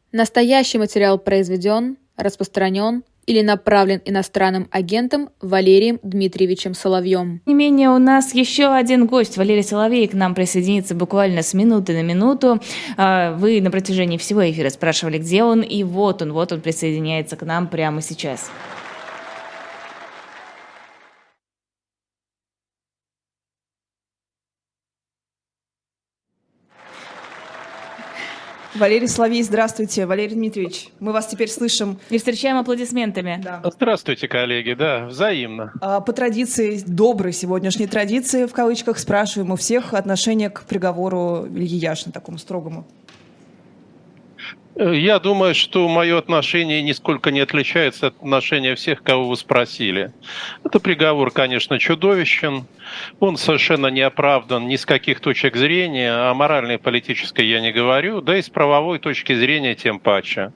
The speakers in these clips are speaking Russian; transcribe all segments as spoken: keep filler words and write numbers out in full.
Настоящий материал произведен, распространен или направлен иностранным агентом Валерием Дмитриевичем Соловьем. Тем не менее, у нас еще один гость, Валерий Соловей, к нам присоединится буквально с минуты на минуту. Вы на протяжении всего эфира спрашивали, где он, и вот он, вот он присоединяется к нам прямо сейчас. Валерий Соловей, здравствуйте. Валерий Дмитриевич, мы вас теперь слышим. И встречаем аплодисментами. Да. Здравствуйте, коллеги, да, взаимно. По традиции, доброй сегодняшней традиции, в кавычках, спрашиваем у всех отношение к приговору Ильи Яшина, такому строгому. Я думаю, что мое отношение нисколько не отличается от отношения всех, кого вы спросили. Это приговор, конечно, чудовищен. Он совершенно не оправдан ни с каких точек зрения, о моральной и политической я не говорю, да и с правовой точки зрения тем паче.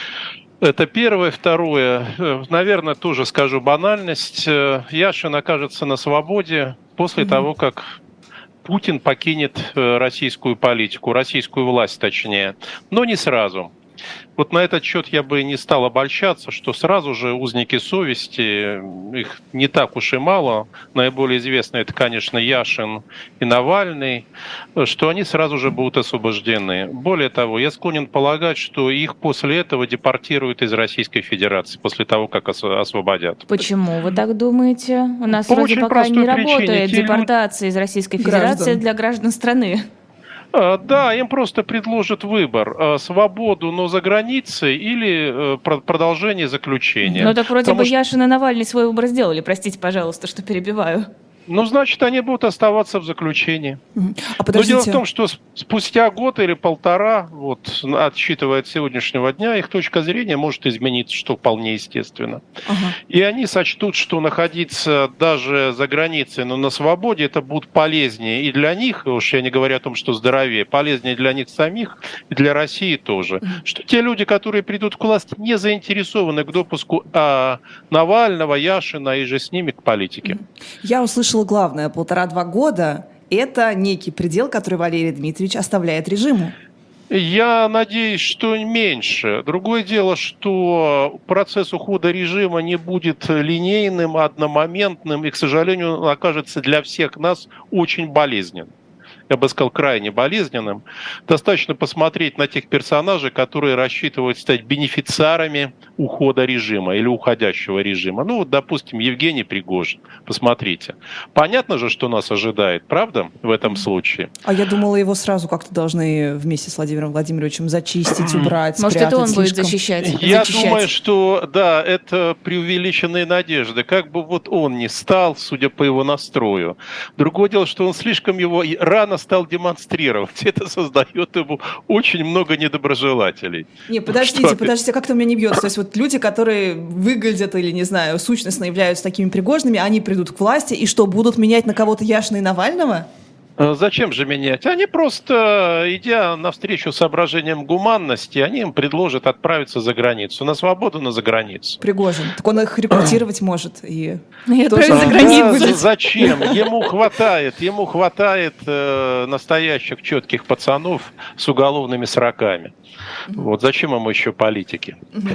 Это первое. Второе, наверное, тоже скажу банальность. Яшин окажется на свободе после mm-hmm. того, как Путин покинет российскую политику, российскую власть точнее, но не сразу. Вот на этот счет я бы не стал обольщаться, что сразу же узники совести, их не так уж и мало, наиболее известные это, конечно, Яшин и Навальный, что они сразу же будут освобождены. Более того, я склонен полагать, что их после этого депортируют из Российской Федерации, после того, как освободят. Почему вы так думаете? У нас По вроде пока не причине. работает Те депортация из Российской Федерации граждан. для граждан страны. Да, им просто предложат выбор: свободу, но за границей, или продолжение заключения. Ну так вроде Потому бы что... Яшин и Навальный свой выбор сделали. Простите, пожалуйста, что перебиваю. Ну, значит, они будут оставаться в заключении. А Но дело в том, что спустя год или полтора, вот, отсчитывая от сегодняшнего дня, их точка зрения может измениться, что вполне естественно. Ага. И они сочтут, что находиться даже за границей, но на свободе, это будет полезнее и для них, уж я не говорю о том, что здоровее, полезнее для них самих и для России тоже. Mm-hmm. Что те люди, которые придут к власти, не заинтересованы к допуску а, Навального, Яшина и же с ними к политике. Mm-hmm. Я услышала главное: полтора-два года – это некий предел, который Валерий Дмитриевич оставляет режиму. Я надеюсь, что меньше. Другое дело, что процесс ухода режима не будет линейным, одномоментным и, к сожалению, он окажется для всех нас очень болезненным. Я бы сказал, крайне болезненным. Достаточно посмотреть на тех персонажей, которые рассчитывают стать бенефициарами ухода режима или уходящего режима. Ну, вот, допустим, Евгений Пригожин. Посмотрите. Понятно же, что нас ожидает, правда, в этом случае? А я думала, его сразу как-то должны вместе с Владимиром Владимировичем зачистить, убрать, Может, спрятать. это он слишком... будет защищать? Я защищать. думаю, что, да, это преувеличенные надежды. Как бы вот он ни стал, судя по его настрою. Другое дело, что он слишком его рано стал демонстрировать. Это создает ему очень много недоброжелателей. Не, подождите, что? подождите, как-то у меня не бьется. То есть вот люди, которые выглядят или, не знаю, сущностно являются такими пригожными, они придут к власти и что, будут менять на кого-то Яшина и Навального? Зачем же менять? Они просто, идя навстречу соображениям гуманности, они им предложат отправиться за границу. На свободу, на за границу. Пригожин. Так он их рекрутировать может. И тоже за границу. Да, зачем? Ему хватает, ему хватает э, настоящих четких пацанов с уголовными сроками. Вот зачем ему еще политики?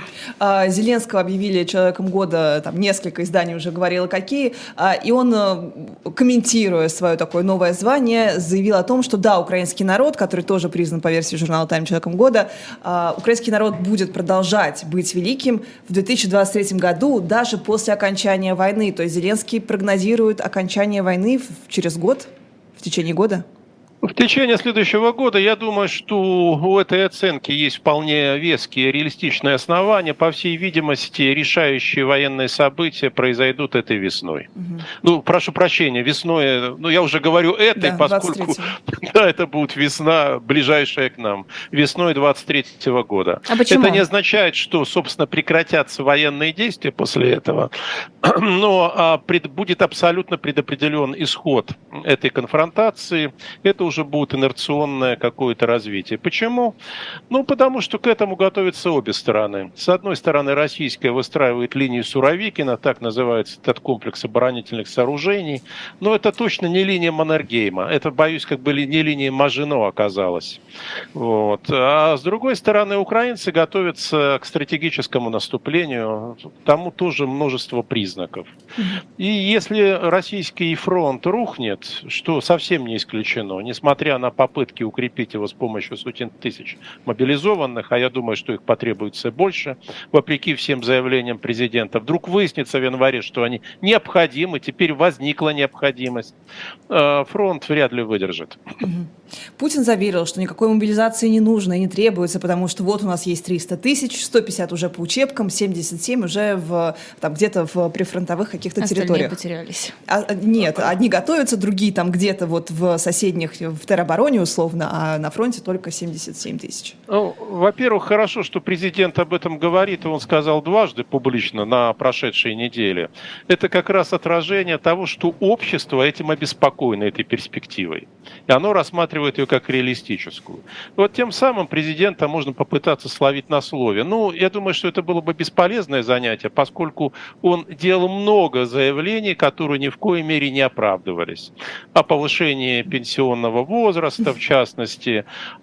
А, Зеленского объявили человеком года, там несколько изданий уже говорило какие, а, и он, комментируя свое такое новое звание, заявил о том, что да, украинский народ, который тоже признан по версии журнала «Тайм» человеком года, а, украинский народ будет продолжать быть великим в две тысячи двадцать третьем году, даже после окончания войны. То есть Зеленский прогнозирует окончание войны в, через год, в течение года? В течение следующего года, я думаю, что у этой оценки есть вполне веские реалистичные основания. По всей видимости, решающие военные события произойдут этой весной. Угу. Ну, прошу прощения, весной, ну, я уже говорю этой, да, поскольку да, это будет весна, ближайшая к нам, весной двадцать третьего года. А почему? Это не означает, что, собственно, прекратятся военные действия после этого, но а, пред, будет абсолютно предопределен исход этой конфронтации. Это тоже будет инерционное какое-то развитие. Почему? Ну, потому что к этому готовятся обе стороны. С одной стороны, российская выстраивает линию Суровикина, так называется этот комплекс оборонительных сооружений, но это точно не линия Маннергейма, это, боюсь, как бы не линия Мажино оказалась. Вот. А с другой стороны, украинцы готовятся к стратегическому наступлению, тому тоже множество признаков. И если российский фронт рухнет, что совсем не исключено, несмотря на попытки укрепить его с помощью сотен тысяч мобилизованных, а я думаю, что их потребуется больше, вопреки всем заявлениям президента, вдруг выяснится в январе, что они необходимы, теперь возникла необходимость, фронт вряд ли выдержит. Путин заверил, что никакой мобилизации не нужно и не требуется, потому что вот у нас есть триста тысяч, сто пятьдесят уже по учебкам, семьдесят семь уже в, там, где-то в прифронтовых каких-то Остальные территориях. потерялись. А, нет, одни готовятся, другие там где-то вот в соседних, в теробороне условно, а на фронте только семьдесят семь тысяч. Ну, во-первых, хорошо, что президент об этом говорит, и он сказал дважды публично на прошедшей неделе. Это как раз отражение того, что общество этим обеспокоено, этой перспективой. И оно рассматривает ее как реалистическую. Вот тем самым президента можно попытаться словить на слове. Ну, я думаю, что это было бы бесполезное занятие, поскольку он делал много заявлений, которые ни в коей мере не оправдывались. О повышении пенсионного возраста, в частности,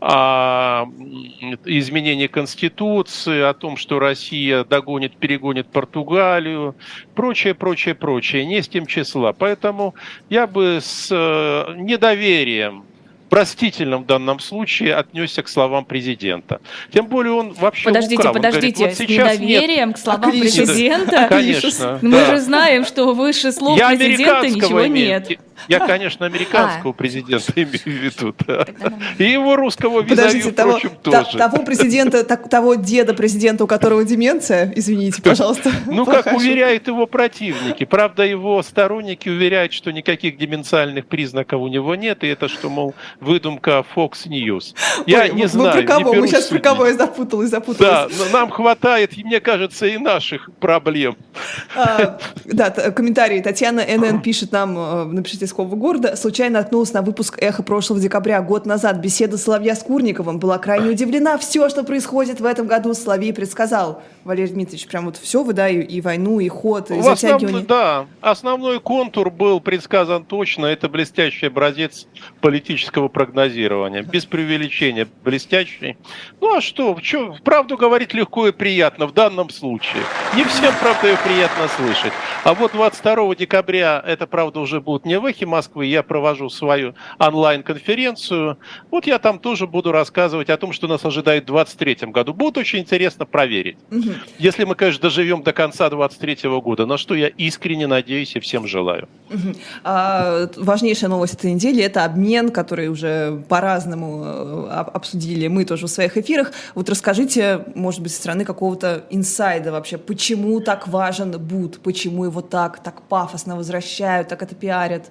о изменении Конституции, о том, что Россия догонит, перегонит Португалию, прочее, прочее, прочее, не с тем числа. Поэтому я бы с недоверием, простительным в данном случае, отнесся к словам президента. Тем более он вообще Подождите, лукав. Он подождите, говорит, вот с недоверием нет. к словам Отлично. президента? Конечно. Мы да. же знаем, что выше слов Я президента ничего имею. нет. Я, конечно, американского А. президента имею в виду. Да. И его русского визави, Подождите, того, впрочем, та- тоже. того президента, так- того деда президента, у которого деменция, извините, пожалуйста. Ну, как плохая шутка. уверяют его противники. Правда, его сторонники уверяют, что никаких деменциальных признаков у него нет, и это, что, мол, выдумка Fox News. Я Ой, не вы- знаю, Вы про не кого? Мы берусь сейчас про судить. кого? Я запуталась, Да, запуталась. но нам хватает, и мне кажется, и наших проблем. А, да, т- комментарий. Татьяна эн эн пишет нам, э, напишите, из какого города. Случайно наткнулась на выпуск «Эхо» прошлого декабря. Год назад беседа Соловья с Курниковым. Была крайне удивлена. Все, что происходит в этом году, Соловей предсказал. Валерий Дмитриевич, прям вот все вы, да, и, и войну, и ход, и В основном, затягивание. да, основной контур был предсказан точно. Это блестящий образец политического прогнозирования. Без преувеличения блестящий. Ну а что, что, правду говорить легко и приятно в данном случае. Не всем, правда, ее приятно слышать. А вот двадцать второго декабря, это, правда, уже будет не в «Эхе Москвы», я провожу свою онлайн-конференцию. Вот я там тоже буду рассказывать о том, что нас ожидает в двадцать третьем году. Будет очень интересно проверить. Мгм. Если мы, конечно, доживем до конца двадцать третьего года, на что я искренне надеюсь и всем желаю. Мгм. А, т- важнейшая новость этой недели — это обмен, который уже по-разному э, об- обсудили мы тоже в своих эфирах. Вот расскажите, может быть, со стороны какого-то инсайда вообще, почему так важен БУД, почему его так, так пафосно возвращают, так это пиарят?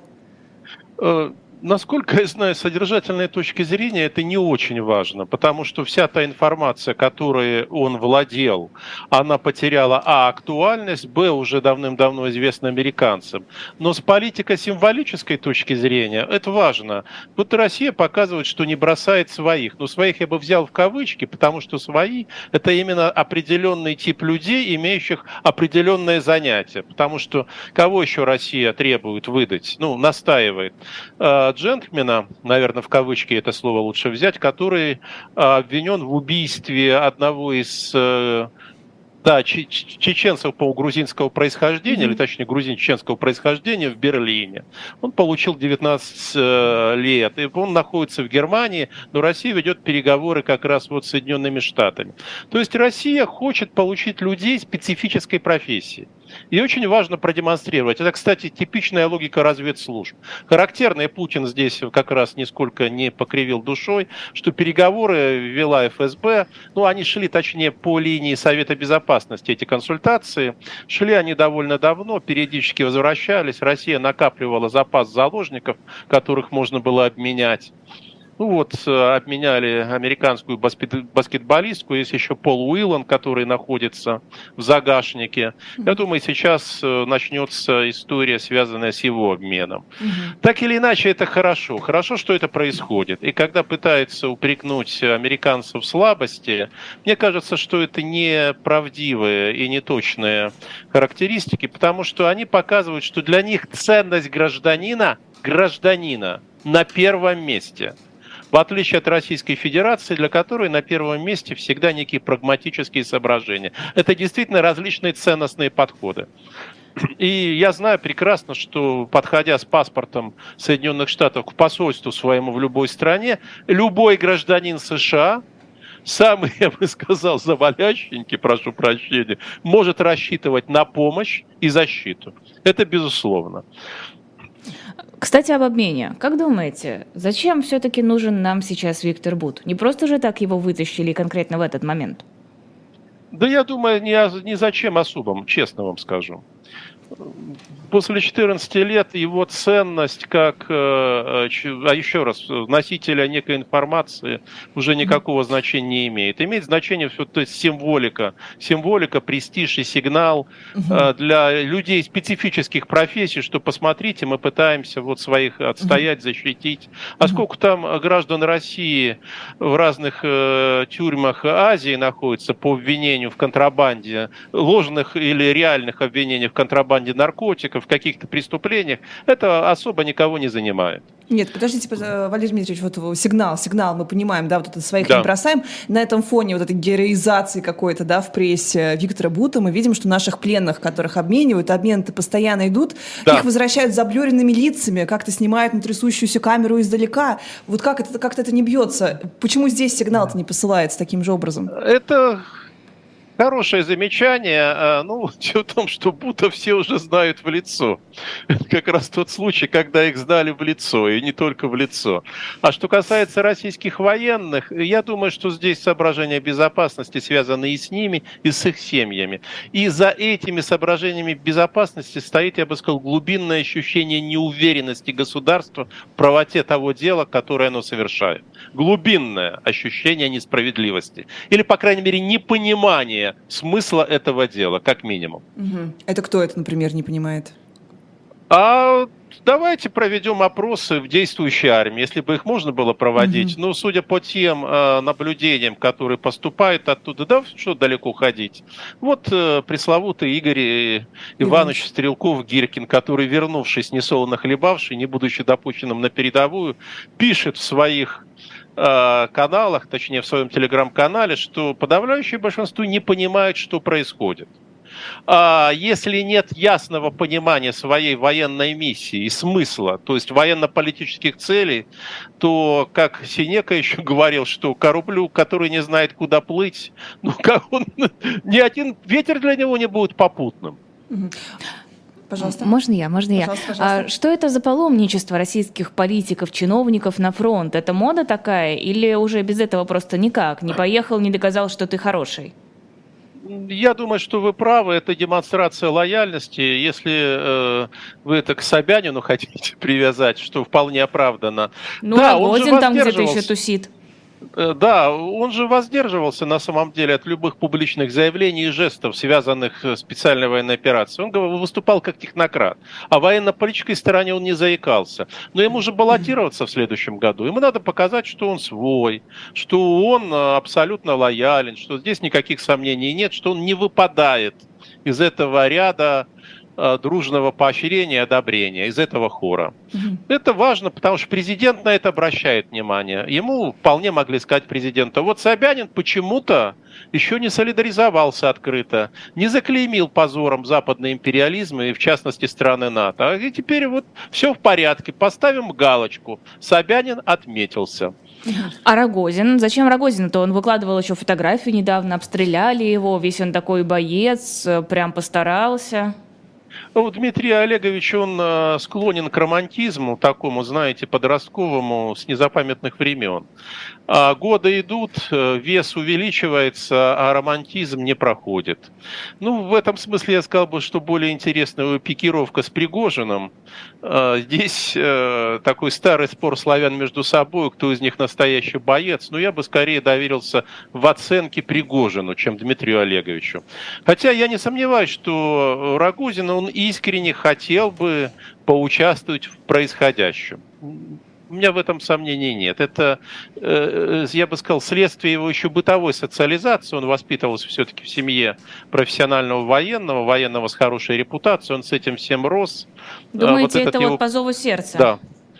Э, Насколько я знаю, с содержательной точки зрения это не очень важно, потому что вся та информация, которой он владел, она потеряла а. актуальность, б. уже давным-давно известна американцам. Но с политико-символической точки зрения это важно. Вот Россия показывает, что не бросает своих. Но своих я бы взял в кавычки, потому что свои – это именно определенный тип людей, имеющих определенное занятие. Потому что кого еще Россия требует выдать, ну, настаивает? Джентльмена, наверное, в кавычки это слово лучше взять, который обвинен в убийстве одного из э, да, ч- ч- чеченцев по грузинского происхождения, mm-hmm. или точнее грузин-чеченского происхождения в Берлине. Он получил девятнадцать э, лет, и он находится в Германии, но Россия ведет переговоры как раз вот с Соединенными Штатами. То есть Россия хочет получить людей специфической профессии. И очень важно продемонстрировать. Это, кстати, типичная логика разведслужб. Характерно, и Путин здесь как раз нисколько не покривил душой, что переговоры вела эф эс бэ, ну, они шли, точнее, по линии Совета Безопасности, эти консультации. Шли они довольно давно, периодически возвращались. Россия накапливала запас заложников, которых можно было обменять. Ну вот, обменяли американскую баскетболистку, есть еще Пол Уиллан, который находится в загашнике. Я думаю, сейчас начнется история, связанная с его обменом. Mm-hmm. Так или иначе, это хорошо. Хорошо, что это происходит. И когда пытаются упрекнуть американцев в слабости, мне кажется, что это неправдивые и неточные характеристики, потому что они показывают, что для них ценность гражданина, гражданина на первом месте. В отличие от Российской Федерации, для которой на первом месте всегда некие прагматические соображения. Это действительно различные ценностные подходы. И я знаю прекрасно, что, подходя с паспортом Соединенных Штатов к посольству своему в любой стране, любой гражданин США, самый, я бы сказал, завалященький, прошу прощения, может рассчитывать на помощь и защиту. Это безусловно. Кстати, об обмене. Как думаете, зачем все-таки нужен нам сейчас Виктор Бут? Не просто же так его вытащили конкретно в этот момент? Да я думаю, ни, ни зачем особым, честно вам скажу. После четырнадцати лет его ценность как, а еще раз, носителя некой информации уже никакого значения не имеет. Имеет значение все, то есть символика, символика, престиж и сигнал uh-huh. для людей специфических профессий, что посмотрите, мы пытаемся вот своих отстоять, uh-huh. защитить. А uh-huh. сколько там граждан России в разных э, тюрьмах Азии находится по обвинению в контрабанде, ложных или реальных обвинений в контрабанде наркотиков, в каких-то преступлениях, это особо никого не занимает. Нет, подождите, Валерий Дмитриевич, вот сигнал, сигнал, мы понимаем, да, вот это своих да. не бросаем. На этом фоне вот этой героизации какой-то, да, в прессе Виктора Бута мы видим, что наших пленных, которых обменивают, обмены-то постоянно идут, да. их возвращают с заблюренными лицами, как-то снимают на трясущуюся камеру издалека. Вот как это, как-то это не бьется? Почему здесь сигнал-то не посылается таким же образом? Это... Хорошее замечание. Ну, дело в том, что Бута все уже знают в лицо. Это как раз тот случай, когда их знали в лицо, и не только в лицо. А что касается российских военных, я думаю, что здесь соображения безопасности связаны и с ними, и с их семьями. И за этими соображениями безопасности стоит, я бы сказал, глубинное ощущение неуверенности государства в правоте того дела, которое оно совершает. Глубинное ощущение несправедливости. Или, по крайней мере, непонимание смысла этого дела, как минимум. Угу. Это кто это, например, не понимает? А давайте проведем опросы в действующей армии, если бы их можно было проводить. Угу. Ну, судя по тем э, наблюдениям, которые поступают оттуда, да, что далеко ходить. Вот э, пресловутый Игорь э, Иванович Стрелков-Гиркин, который, вернувшись, несолоно хлебавший, не будучи допущенным на передовую, пишет в своих каналах, точнее в своем телеграм-канале, что подавляющее большинство не понимает, что происходит. А если нет ясного понимания своей военной миссии и смысла, то есть военно-политических целей, то, как Сенека еще говорил, что кораблю, который не знает, куда плыть, ну как он, ни один ветер для него не будет попутным. Пожалуйста. Можно я, можно пожалуйста, я. Пожалуйста. А что это за паломничество российских политиков, чиновников на фронт? Это мода такая или уже без этого просто никак? Не поехал, не доказал, что ты хороший? Я думаю, что вы правы, это демонстрация лояльности. Если э, вы это к Собянину хотите привязать, что вполне оправдано. Ну, да, Рогозин там где-то еще тусит. Да, он же воздерживался на самом деле от любых публичных заявлений и жестов, связанных с специальной военной операцией. Он выступал как технократ. А военно-политической стороне он не заикался. Но ему же баллотироваться в следующем году. Ему надо показать, что он свой, что он абсолютно лоялен, что здесь никаких сомнений нет, что он не выпадает из этого ряда дружного поощрения и одобрения, из этого хора. Mm-hmm. Это важно, потому что президент на это обращает внимание. Ему вполне могли сказать президенту: вот Собянин почему-то еще не солидаризовался открыто, не заклеймил позором западный империализм и, в частности, страны НАТО. И теперь вот все в порядке, поставим галочку. Собянин отметился. А Рогозин? Зачем Рогозин-то? Он выкладывал еще фотографии недавно, обстреляли его, весь он такой боец, прям постарался. Ну, Дмитрий Олегович, он э, склонен к романтизму, такому, знаете, подростковому, с незапамятных времен. А годы идут, э, вес увеличивается, а романтизм не проходит. Ну, в этом смысле я сказал бы, что более интересная пикировка с Пригожиным. Э, здесь э, такой старый спор славян между собой, кто из них настоящий боец. Но я бы скорее доверился в оценке Пригожину, чем Дмитрию Олеговичу. Хотя я не сомневаюсь, что Рогозин, он искренне хотел бы поучаствовать в происходящем. У меня в этом сомнений нет. Это, я бы сказал, следствие его еще бытовой социализации. Он воспитывался все-таки в семье профессионального военного, военного с хорошей репутацией. Он с этим всем рос. Думаете, вот это его... вот по зову сердца? Да.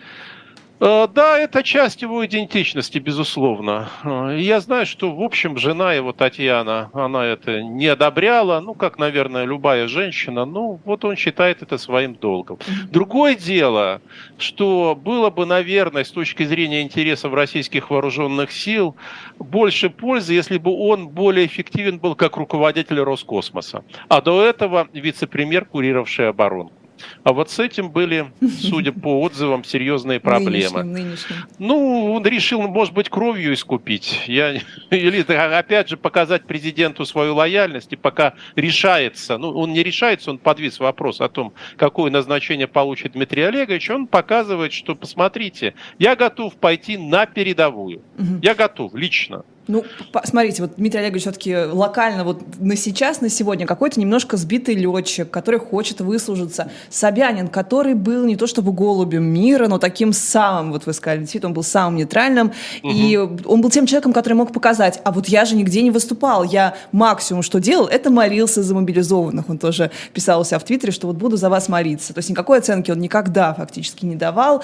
Да, это часть его идентичности, безусловно. Я знаю, что, в общем, жена его, Татьяна, она это не одобряла, ну, как, наверное, любая женщина, ну, вот он считает это своим долгом. Другое дело, что было бы, наверное, с точки зрения интересов российских вооруженных сил, больше пользы, если бы он более эффективен был как руководитель Роскосмоса, а до этого вице-премьер, курировавший оборону. А вот с этим были, судя по отзывам, серьезные проблемы. Нынешним, нынешним. Ну, он решил, может быть, кровью искупить. Я, или, опять же, показать президенту свою лояльность. И пока решается, ну, он не решается, он подвис вопрос о том, какое назначение получит Дмитрий Олегович. Он показывает, что, посмотрите, я готов пойти на передовую. Угу. Я готов, лично. Ну, смотрите, вот Дмитрий Олегович все-таки локально вот на сейчас, на сегодня какой-то немножко сбитый летчик, который хочет выслужиться. Собянин, который был не то чтобы голубем мира, но таким самым, вот вы сказали, действительно, он был самым нейтральным, угу. И он был тем человеком, который мог показать, а вот я же нигде не выступал, я максимум, что делал, это молился за мобилизованных. Он тоже писал у себя в Твиттере, что вот буду за вас молиться. То есть никакой оценки он никогда фактически не давал.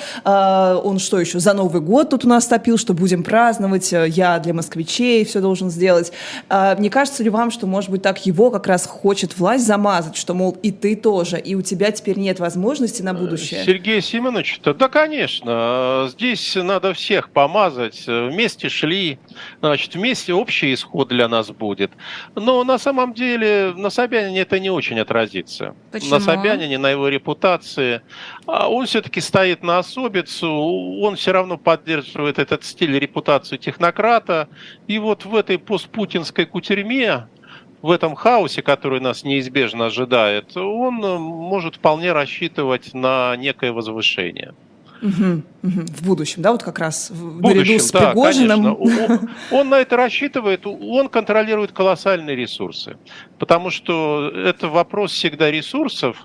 Он что еще, за Новый год тут у нас топил, что будем праздновать, я для москвичей все должен сделать. А, не кажется ли вам, что, может быть, так его как раз хочет власть замазать, что, мол, и ты тоже, и у тебя теперь нет возможности на будущее? Сергей Семенович-то, да, конечно. Здесь надо всех помазать. Вместе шли, значит, вместе общий исход для нас будет. Но на самом деле на Собянине это не очень отразится. Почему? На Собянине, на его репутации. Он все-таки стоит на особицу, он все равно поддерживает этот стиль, репутацию технократа. И вот в этой постпутинской кутерьме, в этом хаосе, который нас неизбежно ожидает, он может вполне рассчитывать на некое возвышение. Угу, угу. В будущем, да, вот как раз в будущем, наряду с да, Пригожиным. Он, он на это рассчитывает, он контролирует колоссальные ресурсы, потому что это вопрос всегда ресурсов.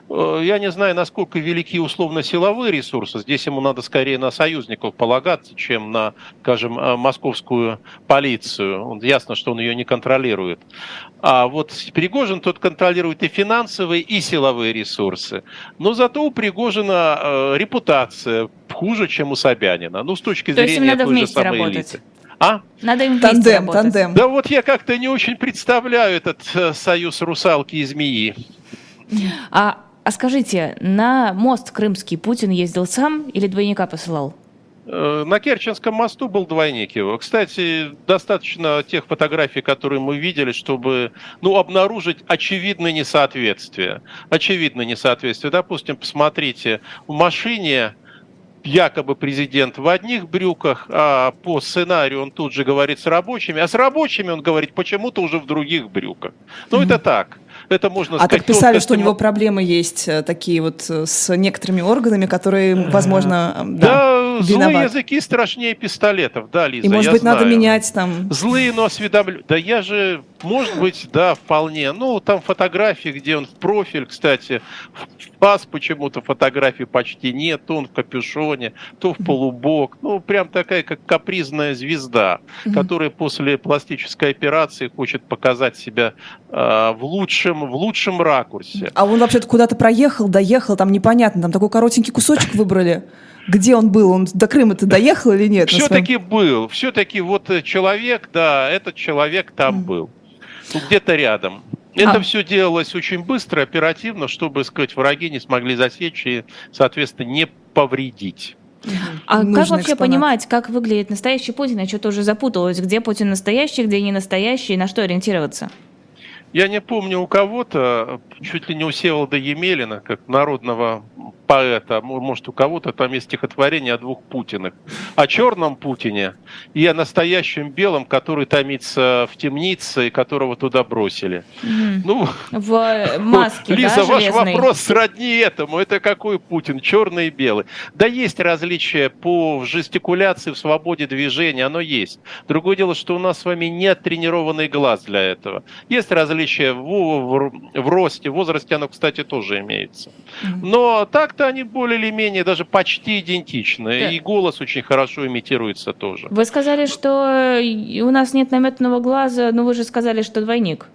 Я не знаю, насколько велики условно-силовые ресурсы. Здесь ему надо скорее на союзников полагаться, чем на, скажем, московскую полицию. Ясно, что он ее не контролирует. А вот Пригожин тот контролирует и финансовые, и силовые ресурсы. Но зато у Пригожина э, репутация хуже, чем у Собянина. Ну, с точки То зрения надо той же вместе самой работать. элиты. А? Надо им вместе Тандем, работать. тандем. Да вот я как-то не очень представляю этот э, союз русалки и змеи. А, а скажите, на мост Крымский Путин ездил сам или двойника посылал? На Керченском мосту был двойник его. Кстати, достаточно тех фотографий, которые мы видели, чтобы, ну, обнаружить очевидное несоответствие. Очевидное несоответствие. Допустим, посмотрите, в машине якобы президент в одних брюках, а по сценарию он тут же говорит с рабочими, а с рабочими он говорит почему-то уже в других брюках. Ну, mm-hmm. это так. Это можно а сказать, так писали, тонкость... что у него проблемы есть такие вот с некоторыми органами, которые, возможно, да, да злые языки страшнее пистолетов, да, Лиза, и, может я быть, знаю. Надо менять там... Злые, но осведомленные. Да я же, может быть, да, вполне. Ну, там фотографии, где он в профиль, кстати, в пас почему-то фотографий почти нет, то он в капюшоне, то в полубок. Ну, прям такая, как капризная звезда, mm-hmm. которая после пластической операции хочет показать себя э, в лучшем в лучшем ракурсе. А он вообще-то куда-то проехал, доехал, там непонятно, там такой коротенький кусочек выбрали. Где он был? Он до Крыма-то доехал или нет? Все-таки был. Все-таки вот человек, да, этот человек там mm. был. Где-то рядом. Это а. все делалось очень быстро, оперативно, чтобы, сказать, враги не смогли засечь и, соответственно, не повредить. А Нужный как вообще экспонат. Понимать, как выглядит настоящий Путин? Я что-то уже запуталась. Где Путин настоящий, где не настоящий, на что ориентироваться? Я не помню у кого-то, чуть ли не у Всеволода Емелина, как народного поэта, может, у кого-то там есть стихотворение о двух Путинах. О черном Путине и о настоящем белом, который томится в темнице и которого туда бросили. Mm-hmm. Ну, в маске, Лиза, да, ваш железной. вопрос сродни этому. Это какой Путин? Черный и белый. Да, есть различия по жестикуляции, в свободе движения, оно есть. Другое дело, что у нас с вами нет тренированный глаз для этого. Есть различия в, в, в росте, в возрасте оно, кстати, тоже имеется. Но так-то они более или менее даже почти идентичны. Да. И голос очень хорошо имитируется тоже. Вы сказали, что у нас нет наметанного глаза, но вы же сказали, что двойник.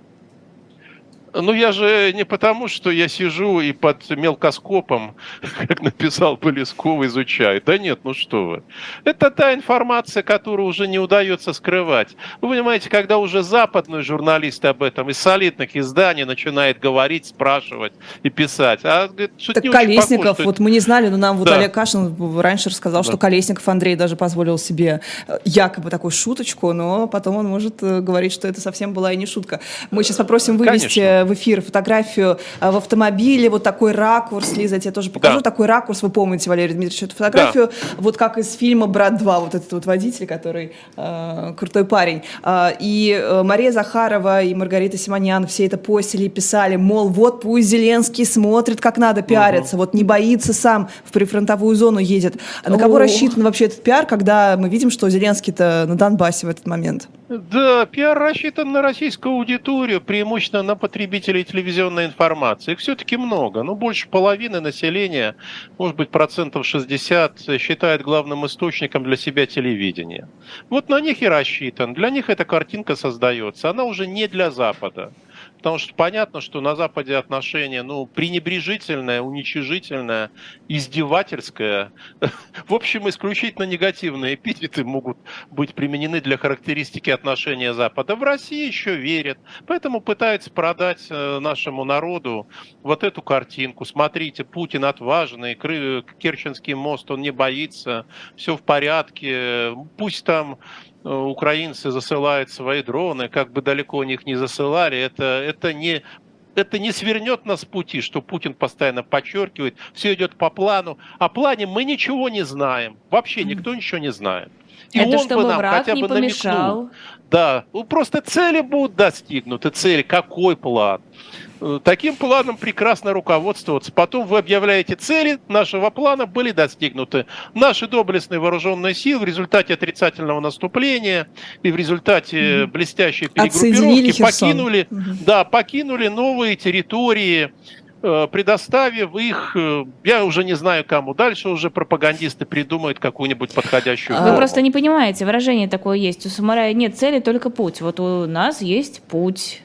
Ну, я же не потому, что я сижу и под мелкоскопом, как написал Полесков, изучаю. Да нет, ну что вы. Это та информация, которую уже не удается скрывать. Вы понимаете, когда уже западный журналист об этом из солидных изданий начинает говорить, спрашивать и писать. А, говорит, так Колесников, похож, вот это... мы не знали, но нам вот да. Олег Кашин раньше рассказал, да. что Колесников Андрей даже позволил себе якобы такую шуточку, но потом он может говорить, что это совсем была и не шутка. Мы сейчас попросим вывести... Конечно. В эфир фотографию в автомобиле, вот такой ракурс, Лиза, я тебе тоже покажу, да. такой ракурс, вы помните, Валерий Дмитриевич, эту фотографию, да. вот как из фильма «Брат два», вот этот вот водитель, который э, крутой парень. Э, и э, Мария Захарова и Маргарита Симонян все это постили и писали, мол, вот пусть Зеленский смотрит, как надо пиариться, угу. вот не боится сам, в прифронтовую зону едет. А на кого О. рассчитан вообще этот пиар, когда мы видим, что Зеленский-то на Донбассе в этот момент? Да, пиар рассчитан на российскую аудиторию, преимущественно на потребителей телевизионной информации. Их все-таки много, но больше половины населения, может быть, процентов шестьдесят, считает главным источником для себя телевидение. Вот на них и рассчитан. Для них эта картинка создается. Она уже не для Запада. Потому что понятно, что на Западе отношение, ну, пренебрежительное, уничижительное, издевательское. В общем, исключительно негативные эпитеты могут быть применены для характеристики отношения Запада. В России еще верят. Поэтому пытаются продать нашему народу вот эту картинку. Смотрите, Путин отважный, Керченский мост, он не боится, все в порядке. Пусть там... украинцы засылают свои дроны, как бы далеко них не засылали, это, это, не, это не свернет нас с пути, что Путин постоянно подчеркивает, все идет по плану. О плане мы ничего не знаем, вообще никто ничего не знает. И это он чтобы бы нам враг хотя не бы помешал. Намекнул. Да, просто цели будут достигнуты. Цели, какой план? Таким планом прекрасно руководствоваться. Потом вы объявляете цели нашего плана были достигнуты. Наши доблестные вооруженные силы в результате отрицательного наступления и в результате mm-hmm. блестящей перегруппировки покинули, mm-hmm. да, покинули новые территории, предоставив их, я уже не знаю кому, дальше уже пропагандисты придумают какую-нибудь подходящую форму. Вы просто не понимаете, выражение такое есть. У самурая нет цели, только путь. Вот у нас есть путь.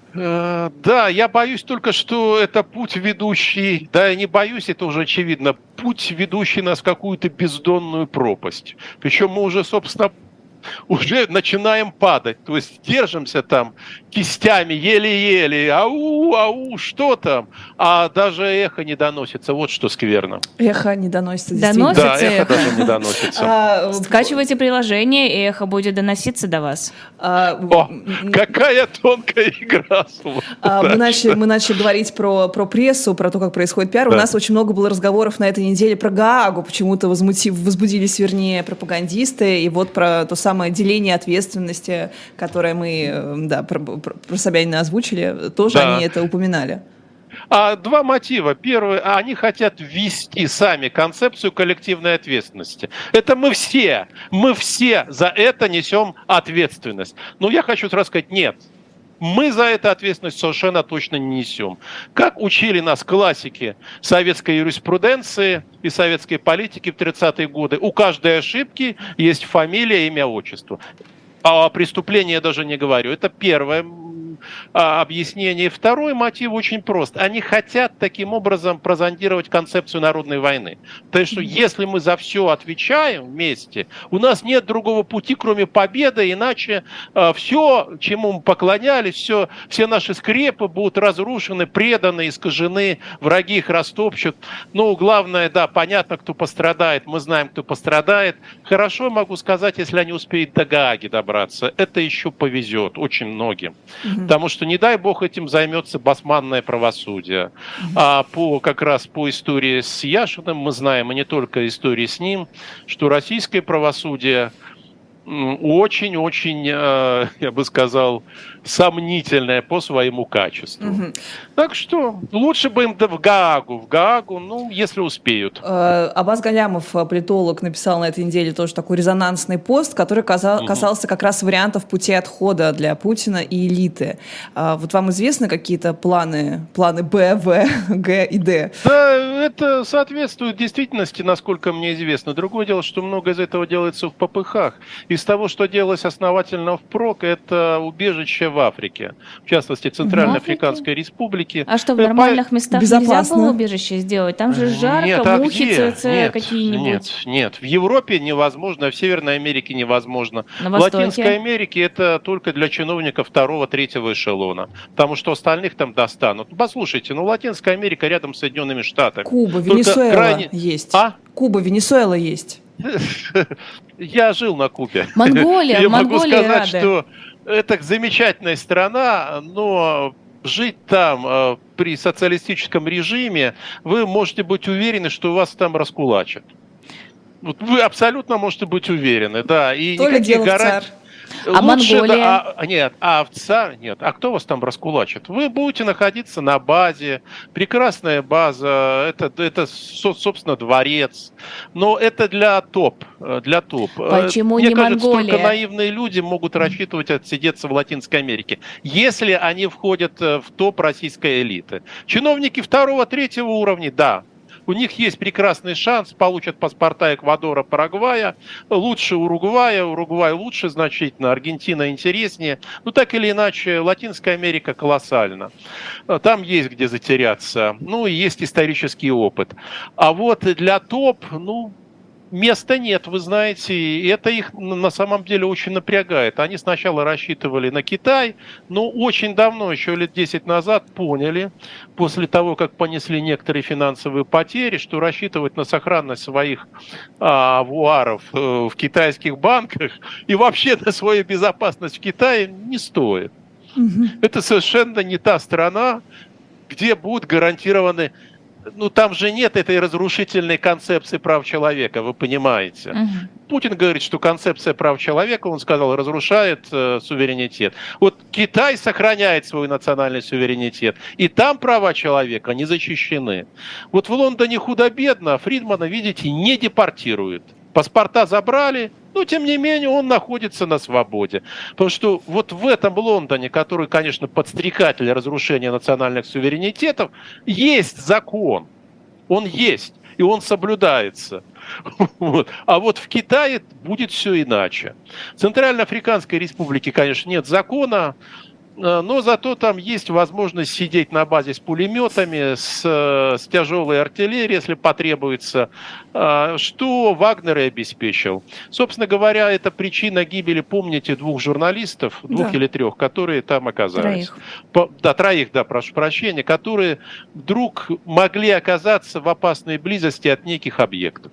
Да, я боюсь только, что это путь, ведущий, да, я не боюсь, это уже очевидно, путь, ведущий нас в какую-то бездонную пропасть. Причем мы уже, собственно, уже начинаем падать, то есть держимся там кистями еле-еле, ау, ау, что там, а даже эхо не доносится, вот что скверно. Эхо не доносится, действительно. Доносится да, эхо, эхо даже не доносится. А, скачивайте приложение, и эхо будет доноситься до вас. А, О, какая тонкая игра. А, мы, начали, мы начали говорить про, про прессу, про то, как происходит пиар. Да. У нас очень много было разговоров на этой неделе про Гаагу, почему-то возмутив, возбудились, вернее, пропагандисты, и вот про то самое самое деление ответственности, которое мы, да, про, про, про Собянина озвучили, тоже да. они это упоминали. А, два мотива. Первый, они хотят ввести сами концепцию коллективной ответственности. Это мы все, мы все за это несем ответственность. Но я хочу сразу сказать, нет. Мы за это ответственность совершенно точно не несем. Как учили нас классики советской юриспруденции и советской политики в тридцатые годы, у каждой ошибки есть фамилия, имя, отчество. А о преступлении я даже не говорю. Это первое объяснение. И второй мотив очень прост. Они хотят таким образом прозондировать концепцию народной войны. То есть, что если мы за все отвечаем вместе, у нас нет другого пути, кроме победы, иначе э, все, чему мы поклонялись, все, все наши скрепы будут разрушены, преданы, искажены, враги их растопчут. Ну, главное, да, понятно, кто пострадает, мы знаем, кто пострадает. Хорошо могу сказать, если они успеют до Гааги добраться, это еще повезет очень многим. Mm-hmm. Потому что, не дай бог, этим займется басманное правосудие. Угу. А по, как раз по истории с Яшиным мы знаем, и не только истории с ним, что российское правосудие очень-очень, я бы сказал, сомнительное по своему качеству. Угу. Так что лучше бы им да в Гаагу, в Гаагу, ну, если успеют. Аббас Галямов, политолог, написал на этой неделе тоже такой резонансный пост, который касался, угу. касался как раз вариантов пути отхода для Путина и элиты. Вот вам известны какие-то планы, планы Б, В, Г и Д? Да, это соответствует действительности, насколько мне известно. Другое дело, что много из этого делается в попыхах. Из того, что делалось основательно впрок, это убежище в Африке, в частности, Центральноафриканской Республики. А что, в нормальных местах безопасно? Нельзя было убежище сделать? Там же жарко, нет, а мухи, ЦЦ какие-нибудь. Нет, нет, в Европе невозможно, в Северной Америке невозможно. В Латинской Америке это только для чиновников второго, третьего эшелона, потому что остальных там достанут. Послушайте, ну Латинская Америка рядом с Соединенными Штатами. Куба, Венесуэла крайне... есть. А? Куба, Венесуэла есть. Я жил на Кубе. Монголия, Я могу сказать, рады. что это замечательная страна, но жить там э, при социалистическом режиме вы можете быть уверены, что вас там раскулачат. Вот вы абсолютно можете быть уверены, да. И то ли дело в ЦАР. А Лучше, Монголия? Да, а, нет, а в ЦАР нет. А кто вас там раскулачит? Вы будете находиться на базе. Прекрасная база. Это, это собственно, дворец. Но это для топ. Для топ. Почему Мне не кажется, Монголия? только наивные люди могут рассчитывать отсидеться в Латинской Америке, если они входят в топ российской элиты. Чиновники второго, третьего уровня, да. У них есть прекрасный шанс, получат паспорта Эквадора, Парагвая, лучше Уругвая, Уругвай лучше значительно, Аргентина интереснее. Ну, так или иначе, Латинская Америка колоссальна. Там есть где затеряться, ну, и есть исторический опыт. А вот для топ, ну, места нет, вы знаете, и это их на самом деле очень напрягает. Они сначала рассчитывали на Китай, но очень давно, еще лет десять назад, поняли, после того, как понесли некоторые финансовые потери, что рассчитывать на сохранность своих а, авуаров э, в китайских банках и вообще на свою безопасность в Китае не стоит. Угу. Это совершенно не та страна, где будут гарантированы. Ну, там же нет этой разрушительной концепции прав человека, вы понимаете. Uh-huh. Путин говорит, что концепция прав человека, он сказал, разрушает э, суверенитет. Вот Китай сохраняет свой национальный суверенитет, и там права человека не защищены. Вот в Лондоне худо-бедно, Фридмана, видите, не депортируют. Паспорта забрали, но, тем не менее, он находится на свободе. Потому что вот в этом Лондоне, который, конечно, подстрекатель разрушения национальных суверенитетов, есть закон. Он есть, и он соблюдается. Вот. А вот в Китае будет все иначе. В Центральноафриканской Республике, конечно, нет закона, но зато там есть возможность сидеть на базе с пулеметами, с, с тяжелой артиллерией, если потребуется, что Вагнер и обеспечил. Собственно говоря, это причина гибели, помните, двух журналистов, двух да. или трех, которые там оказались. Троих. По, да, троих, да, прошу прощения, которые вдруг могли оказаться в опасной близости от неких объектов.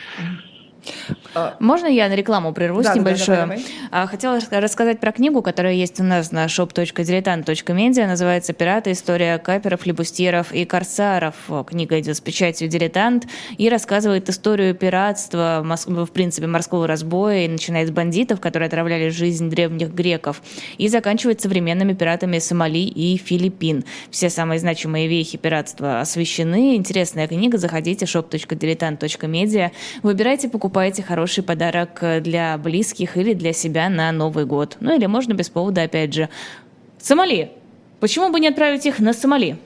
Можно я на рекламу прервусь да, небольшую? Да, да, давай. Хотела рассказать про книгу, которая есть у нас на шоп точка дилетант точка медиа. Называется «Пираты. История каперов, флибустьеров и корсаров». Книга идет с печатью «Дилетант» и рассказывает историю пиратства, в принципе, морского разбоя, начиная с бандитов, которые отравляли жизнь древних греков, и заканчивает современными пиратами Сомали и Филиппин. Все самые значимые вехи пиратства освещены. Интересная книга. Заходите в шоп точка дилетант точка медиа. Выбирайте, покупайте хороший подарок для близких или для себя на Новый год. Ну или можно без повода, опять же. Сомали. Почему бы не отправить их на Сомали?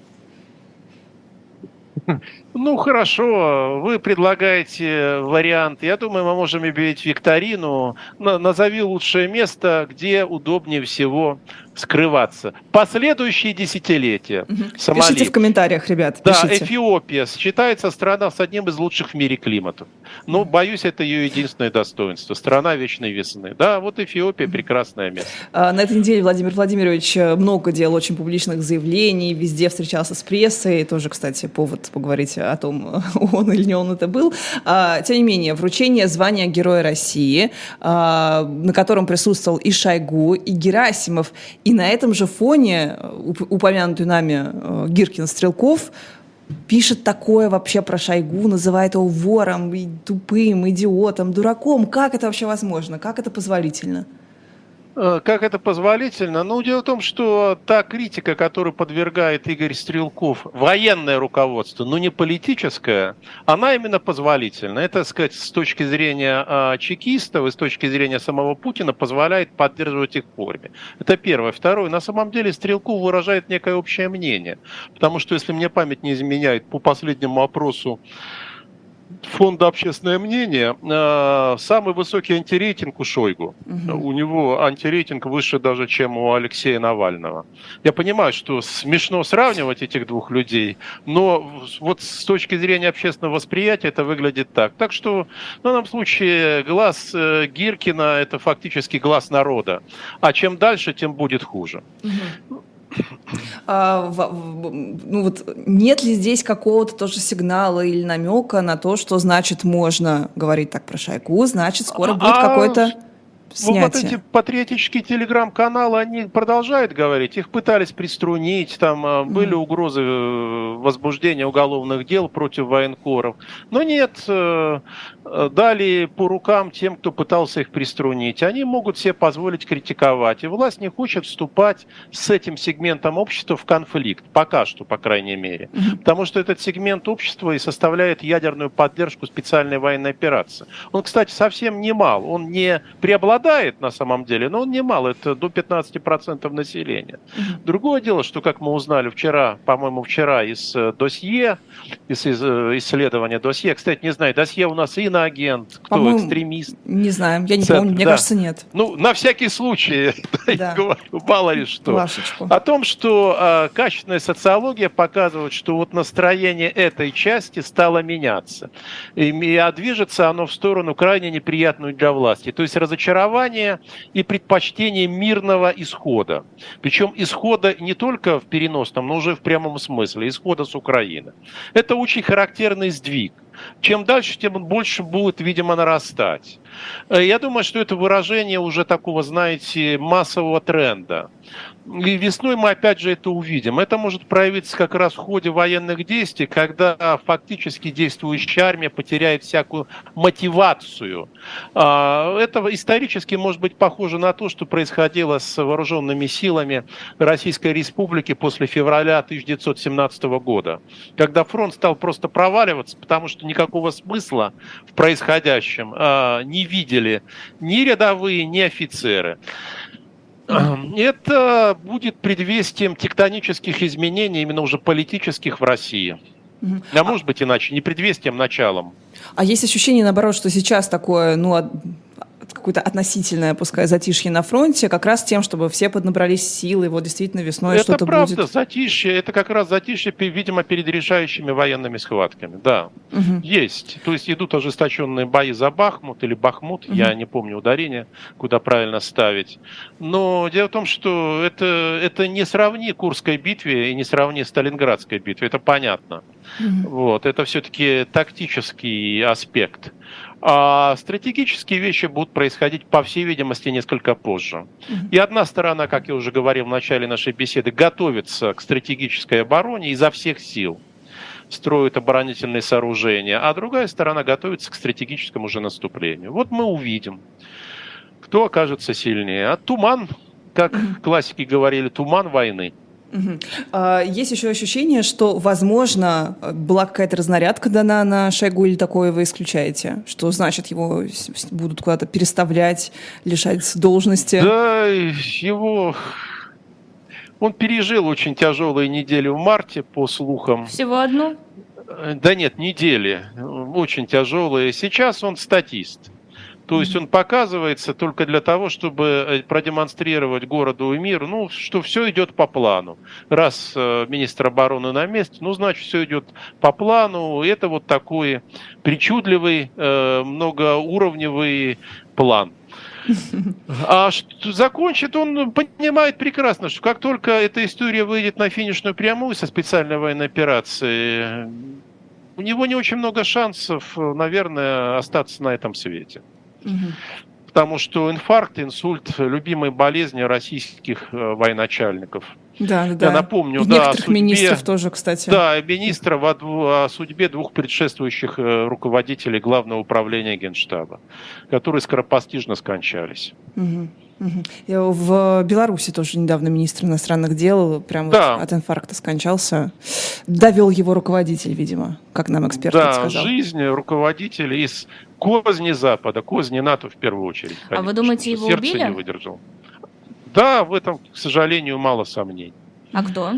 Ну, хорошо, вы предлагаете вариант. Я думаю, мы можем объявить викторину. Назови лучшее место, где удобнее всего скрываться. Последующие десятилетия. Угу. Сомали. Пишите в комментариях, ребят. Да, пишите. Эфиопия считается страна с одним из лучших в мире климатов. Но, боюсь, это ее единственное достоинство. Страна вечной весны. Да, вот Эфиопия прекрасное место. А, на этой неделе Владимир Владимирович много делал очень публичных заявлений, везде встречался с прессой. Тоже, кстати, повод поговорить о том, он или не он это был. А, тем не менее, вручение звания Героя России, а, на котором присутствовал и Шойгу, и Герасимов, И на этом же фоне упомянутый нами Гиркин Стрелков пишет такое вообще про Шойгу, называет его вором, и тупым, идиотом, дураком. Как это вообще возможно? Как это позволительно? Как это позволительно? Ну, дело в том, что та критика, которую подвергает Игорь Стрелков, военное руководство, но не политическое, она именно позволительна. Это, так сказать, с точки зрения а, чекистов и с точки зрения самого Путина позволяет поддерживать их в форме. Это первое. Второе. На самом деле Стрелков выражает некое общее мнение. Потому что, если мне память не изменяет, по последнему опросу Фонда «Общественное мнение», самый высокий антирейтинг у Шойгу. Угу. У него антирейтинг выше даже, чем у Алексея Навального. Я понимаю, что смешно сравнивать этих двух людей, но вот с точки зрения общественного восприятия это выглядит так. Так что в данном случае глаз Гиркина – это фактически глаз народа. А чем дальше, тем будет хуже. Угу. А, в, в, ну вот, нет ли здесь какого-то тоже сигнала или намека на то, что значит можно говорить так про Шойгу, значит скоро будет а, какой-то снятие? Вот эти патриотические телеграм-каналы, они продолжают говорить, их пытались приструнить, там mm. были угрозы возбуждения уголовных дел против военкоров, но нет, дали по рукам тем, кто пытался их приструнить. Они могут себе позволить критиковать, и власть не хочет вступать с этим сегментом общества в конфликт, пока что, по крайней мере, mm. потому что этот сегмент общества и составляет ядерную поддержку специальной военной операции. Он, кстати, совсем не мал, он не преобладает на самом деле, но он немало, это до пятнадцати процентов населения. Mm-hmm. Другое дело, что, как мы узнали вчера, по-моему, вчера из досье, из, из исследования досье, кстати, не знаю, досье у нас иноагент, кто по-моему, экстремист. Не знаю, я не Ц... помню, мне да. кажется, нет. Ну, на всякий случай, я говорю, мало ли что. Лашечку. О том, что э, качественная социология показывает, что вот настроение этой части стало меняться. И, а движется оно в сторону крайне неприятную для власти. То есть разочарование и предпочтение мирного исхода. Причем исхода не только в переносном, но уже в прямом смысле, исхода с Украины. Это очень характерный сдвиг. Чем дальше, тем он больше будет, видимо, нарастать. Я думаю, что это выражение уже такого, знаете, массового тренда. И весной мы опять же это увидим. Это может проявиться как раз в ходе военных действий, когда фактически действующая армия потеряет всякую мотивацию. Это исторически может быть похоже на то, что происходило с вооруженными силами Российской Республики после февраля тысяча девятьсот семнадцатого года, когда фронт стал просто проваливаться, потому что никакого смысла в происходящем не видели ни рядовые, ни офицеры. Это будет предвестием тектонических изменений, именно уже политических в России. А может быть иначе, не предвестием, началом. А есть ощущение, наоборот, что сейчас такое, ну, какое-то относительное, пускай, затишье на фронте, как раз тем, чтобы все поднабрались силы, вот действительно весной это что-то правда, будет. Затишье, это как раз затишье, видимо, перед решающими военными схватками, да, угу. Есть. То есть идут ожесточенные бои за Бахмут или Бахмут, угу. Я не помню ударение, куда правильно ставить. Но дело в том, что это, это не сравни Курской битве и не сравни Сталинградской битве, это понятно. Угу. Вот, это все-таки тактический аспект. А стратегические вещи будут происходить, по всей видимости, несколько позже. Mm-hmm. И одна сторона, как я уже говорил в начале нашей беседы, готовится к стратегической обороне изо всех сил, строит оборонительные сооружения, а другая сторона готовится к стратегическому уже наступлению. Вот мы увидим, кто окажется сильнее. А туман, как mm-hmm. классики говорили, туман войны. Uh-huh. Есть еще ощущение, что, возможно, была какая-то разнарядка дана на Шойгу, или такое вы исключаете? Что значит, его будут куда-то переставлять, лишать должности? Да, его... Он пережил очень тяжелые недели в марте, по слухам. Всего одну? Да нет, недели. Очень тяжелые. Сейчас он статист. То есть он показывается только для того, чтобы продемонстрировать городу и миру, ну, что все идет по плану. Раз э, министр обороны на месте, ну, значит, все идет по плану. Это вот такой причудливый, э, многоуровневый план. А что, закончит, он понимает прекрасно, что как только эта история выйдет на финишную прямую со специальной военной операцией, у него не очень много шансов, наверное, остаться на этом свете. Угу. потому что инфаркт, инсульт – любимые болезни российских военачальников. Да, да, Я напомню, и да, некоторых о судьбе, министров тоже, кстати. Да, министра о, о судьбе двух предшествующих руководителей Главного управления Генштаба, которые скоропостижно скончались. Угу. Угу. В Беларуси тоже недавно министр иностранных дел прям да. вот от инфаркта скончался. Довел его руководитель, видимо, как нам эксперт да, сказал. Да, жизнь руководителя из козни Запада, козни НАТО в первую очередь. Конечно, а вы думаете, его сердце убили? Не выдержал. Да, в этом, к сожалению, мало сомнений. А кто?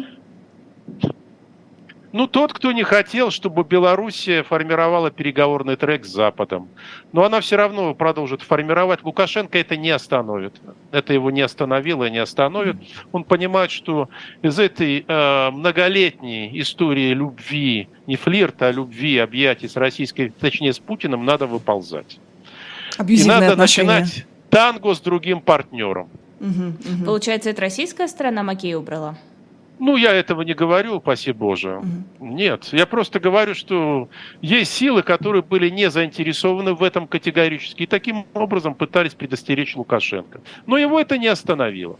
Ну, тот, кто не хотел, чтобы Белоруссия формировала переговорный трек с Западом. Но она все равно продолжит формировать. Лукашенко это не остановит. Это его не остановило и не остановит. Он понимает, что из этой э, многолетней истории любви, не флирта, а любви, объятий с российской, точнее с Путиным, надо выползать. Абьюзивные и надо отношения. Начинать танго с другим партнером. Угу, угу. Получается, это российская сторона Макея убрала? Ну, я этого не говорю, упаси Боже. Угу. Нет, я просто говорю, что есть силы, которые были не заинтересованы в этом категорически, и таким образом пытались предостеречь Лукашенко. Но его это не остановило.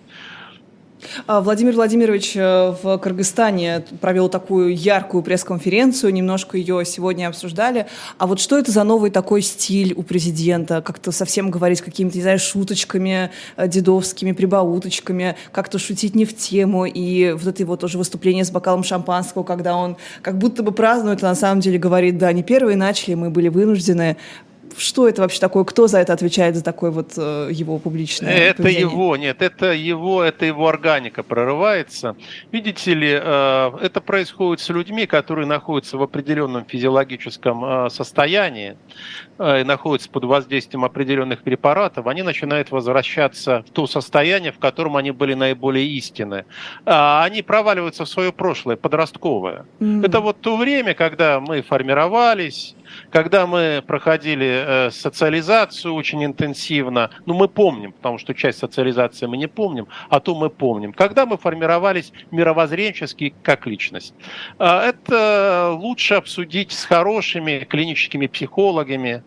Владимир Владимирович в Кыргызстане провел такую яркую пресс-конференцию, немножко ее сегодня обсуждали. А вот что это за новый такой стиль у президента? Как-то совсем говорить какими-то, не знаю, шуточками дедовскими, прибауточками, как-то шутить не в тему. И вот это его тоже выступление с бокалом шампанского, когда он как будто бы празднует, а на самом деле говорит, да, не первые начали, мы были вынуждены. Что это вообще такое? Кто за это отвечает, за такое вот э, его публичное это поведение? Его, нет, это его, это его органика прорывается. Видите ли, э, это происходит с людьми, которые находятся в определенном физиологическом э, состоянии, э, и находятся под воздействием определенных препаратов, они начинают возвращаться в то состояние, в котором они были наиболее истинны. А они проваливаются в свое прошлое, подростковое. Mm. Это вот то время, когда мы формировались, когда мы проходили э, социализацию очень интенсивно, ну мы помним, потому что часть социализации мы не помним, а то мы помним, когда мы формировались мировоззренчески как личность. Э, это лучше обсудить с хорошими клиническими психологами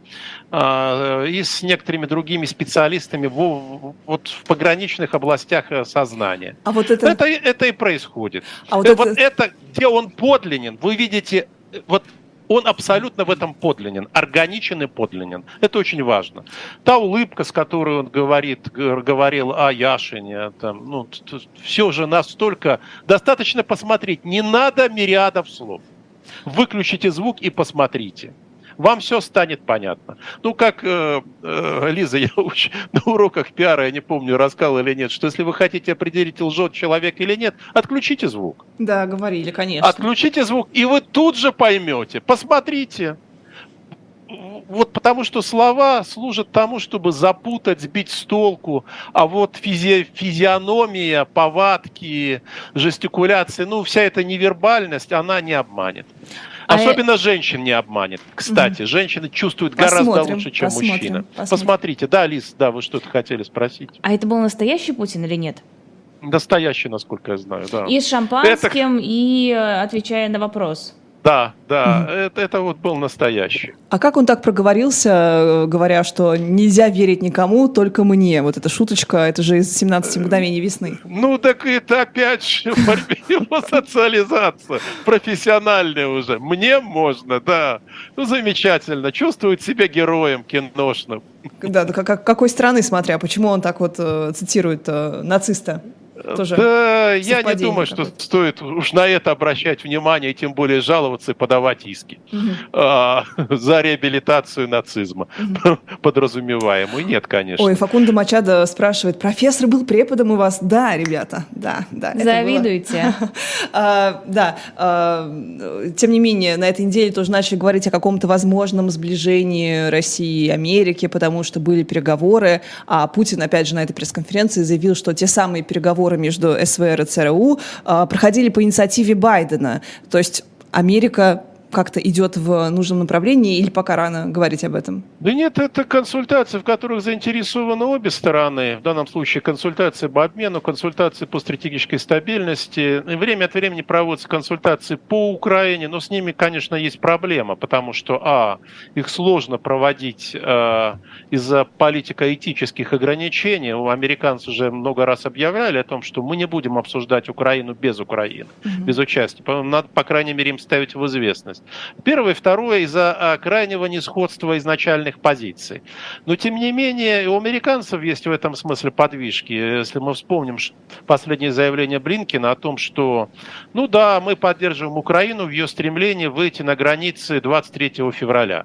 э, и с некоторыми другими специалистами в, вот в пограничных областях сознания. А вот это... Это, это и происходит. А вот, э, это... вот это, где он подлинен, вы видите, вот он абсолютно в этом подлинен, органичен и подлинен. Это очень важно. Та улыбка, с которой он говорит, говорил о Яшине, там, ну, все же настолько... Достаточно посмотреть, не надо мириадов слов. Выключите звук и посмотрите. Вам все станет понятно. Ну, как э, э, Лиза, я уч... на уроках пиара, я не помню, рассказывал или нет, что если вы хотите определить, лжет человек или нет, отключите звук. Да, говорили, конечно. Отключите звук, и вы тут же поймете. Посмотрите. Вот потому что слова служат тому, чтобы запутать, сбить с толку, а вот физи- физиономия, повадки, жестикуляции, ну, вся эта невербальность, она не обманет. Особенно а женщин не обманет. Кстати, угу. женщины чувствуют посмотрим, гораздо лучше, чем посмотрим, мужчины. Посмотрим. Посмотрите. Да, Лиз, да, вы что-то хотели спросить. А это был настоящий Путин или нет? Настоящий, насколько я знаю, да. И с шампанским, это... и отвечая на вопрос. Да, да, mm. это, это вот был настоящий. А как он так проговорился, говоря, что нельзя верить никому, только мне? Вот эта шуточка, это же из семнадцати мгновений весны. Ну, так это опять же его социализация, профессиональная уже. Мне можно, да. Ну, замечательно. Чувствует себя героем киношным. Да, как, какой страны, смотря, почему он так вот э, цитирует э, нациста? Тоже да, я не думаю, что стоит уж на это обращать внимание, и тем более жаловаться и подавать иски угу. а, за реабилитацию нацизма, угу. подразумеваемую. Нет, конечно. Ой, Факундо Мачадо спрашивает, профессор был преподом у вас? Да, ребята, да. да. Завидуете. а, да. А, тем не менее, на этой неделе тоже начали говорить о каком-то возможном сближении России и Америки, потому что были переговоры, а Путин, опять же, на этой пресс-конференции заявил, что те самые переговоры между СВР и ЦРУ э, проходили по инициативе Байдена. То есть Америка как-то идет в нужном направлении или пока рано говорить об этом? Да нет, это консультации, в которых заинтересованы обе стороны. В данном случае консультации по обмену, консультации по стратегической стабильности. И время от времени проводятся консультации по Украине, но с ними, конечно, есть проблема, потому что, а, их сложно проводить э, из-за политико-этических ограничений. Американцы уже много раз объявляли о том, что мы не будем обсуждать Украину без Украины, mm-hmm. без участия. Надо, по крайней мере, им ставить в известность. Первое. Второе, из-за крайнего несходства изначальных позиций. Но, тем не менее, у американцев есть в этом смысле подвижки. Если мы вспомним последнее заявление Блинкена о том, что, ну да, мы поддерживаем Украину в ее стремлении выйти на границы двадцать третьего февраля.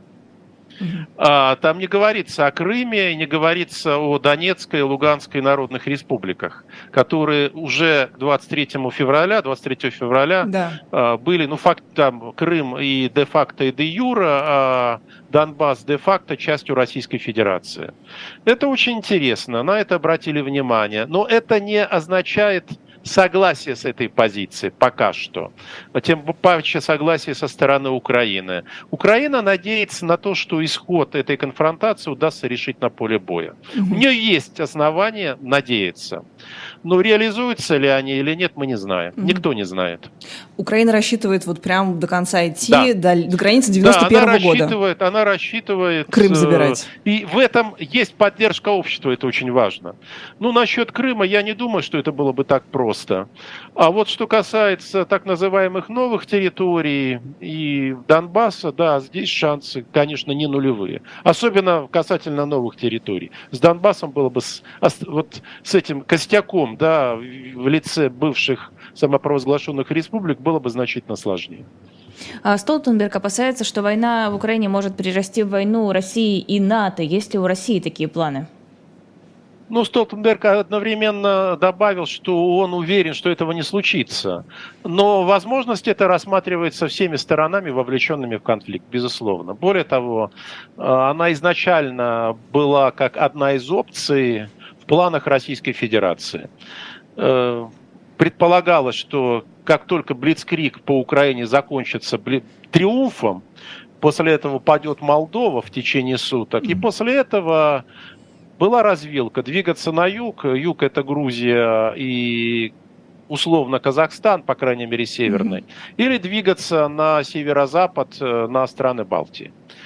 А, там не говорится о Крыме, не говорится о Донецкой и Луганской народных республиках, которые уже к двадцать третьему февраля, двадцать третьего февраля да. а, были, ну, факт, там, Крым и де-факто, и де-юра, а Донбасс де-факто частью Российской Федерации. Это очень интересно, на это обратили внимание, но это не означает согласие с этой позицией пока что, тем паче согласие со стороны Украины. Украина надеется на то, что исход этой конфронтации удастся решить на поле боя. Mm-hmm. У нее есть основания надеяться. Но реализуются ли они или нет, мы не знаем. Mm-hmm. Никто не знает. Украина рассчитывает вот прям до конца идти, да. до, до границы девяносто первого да, она года. Она рассчитывает Крым забирать. И в этом есть поддержка общества, это очень важно. Ну, насчет Крыма я не думаю, что это было бы так просто. А вот что касается так называемых новых территорий и Донбасса, да, здесь шансы, конечно, не нулевые. Особенно касательно новых территорий. С Донбассом было бы, с, вот с этим костяком, да, в лице бывших самопровозглашенных республик было бы значительно сложнее. Столтенберг опасается, что война в Украине может перерасти в войну России и НАТО. Есть ли у России такие планы? Ну, Столтенберг одновременно добавил, что он уверен, что этого не случится. Но возможность это рассматривается всеми сторонами, вовлеченными в конфликт, безусловно. Более того, она изначально была как одна из опций в планах Российской Федерации. Предполагалось, что как только блицкриг по Украине закончится триумфом, после этого падет Молдова в течение суток, и после этого была развилка, двигаться на юг, юг это Грузия и условно Казахстан, по крайней мере северный, mm-hmm. или двигаться на северо-запад, на страны Балтии.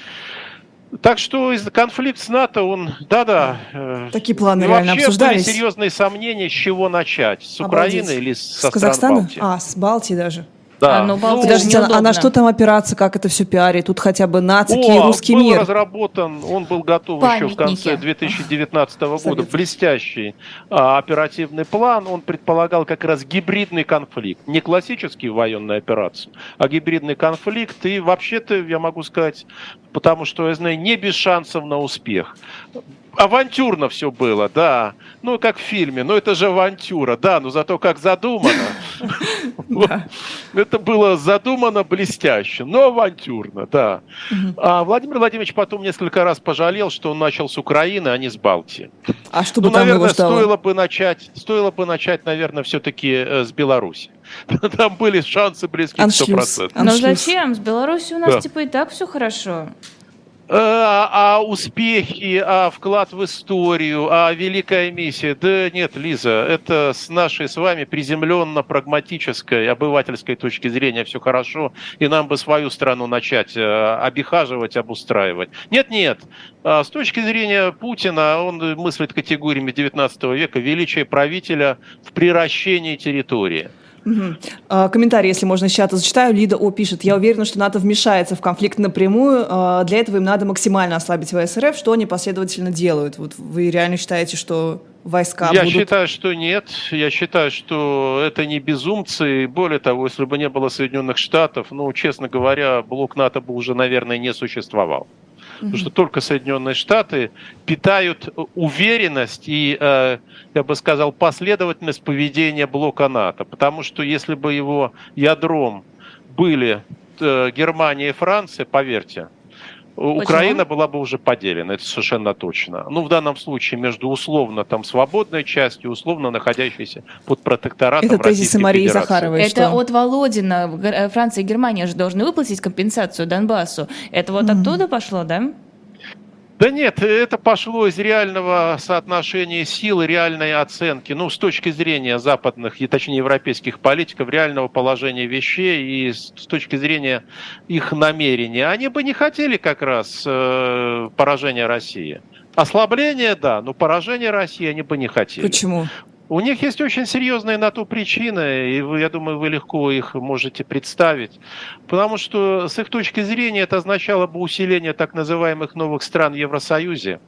Так что конфликт с НАТО, он, да-да. Такие планы реально обсуждались. Вообще были серьезные сомнения, с чего начать, с Украины Обалдеть. Или со с Казахстана? Балтии. А, с Балтии даже. Да. А, ну, ну, Подождите, а на что там опираться, как это все пиарить? Тут хотя бы нацики и русский был мир. Он был разработан, он был готов Памятники. Еще в конце две тысячи девятнадцатого года. Советский. Блестящий а, оперативный план. Он предполагал как раз гибридный конфликт. Не классическую военную операцию, а гибридный конфликт. И вообще-то, я могу сказать, потому что, я знаю, не без шансов на успех. Авантюрно все было, да. Ну, как в фильме. Ну, это же авантюра, да. Но зато как задумано. Это было задумано блестяще, но авантюрно, да. А Владимир Владимирович потом несколько раз пожалел, что он начал с Украины, а не с Балтии. А что бы там его ждало? Стоило бы начать, стоило бы начать, наверное, все-таки с Беларуси. Там были шансы близкие к сто процентов. Но зачем? С Беларусью у нас типа и так все хорошо. А, а успехи, а вклад в историю, а великая миссия. Да нет, Лиза, это с нашей с вами приземленно-прагматической, обывательской точки зрения все хорошо, и нам бы свою страну начать обихаживать, обустраивать. Нет-нет, с точки зрения Путина, он мыслит категориями девятнадцатого века, величие правителя в приращении территории. Угу. А, комментарий, если можно, из чата зачитаю. Лида О. пишет: я уверена, что НАТО вмешается в конфликт напрямую. А, для этого им надо максимально ослабить ВСРФ, что они последовательно делают. Вот вы реально считаете, что войска Я будут... считаю, что нет. Я считаю, что это не безумцы. Более того, если бы не было Соединенных Штатов, ну, честно говоря, блок НАТО бы уже, наверное, не существовал. Потому что только Соединенные Штаты питают уверенность и, э, я бы сказал, последовательность поведения блока НАТО. Потому что если бы его ядром были э, Германия и Франция, поверьте, Украина была бы уже поделена, это совершенно точно. Ну, в данном случае между условно там свободной частью, условно находящейся под протекторатом это Российской Марии Федерации. Захаровой. Это что? от Володина. Франция и Германия же должны выплатить компенсацию Донбассу. Это вот mm-hmm. оттуда пошло, да? Да нет, это пошло из реального соотношения сил и реальной оценки, ну, с точки зрения западных, и точнее европейских политиков, реального положения вещей и с точки зрения их намерения. Они бы не хотели как раз э, поражения России. Ослабление, да, но поражение России они бы не хотели. Почему? У них есть очень серьезные на то причины, и вы, я думаю, вы легко их можете представить. Потому что с их точки зрения это означало бы усиление так называемых новых стран в Евросоюзе.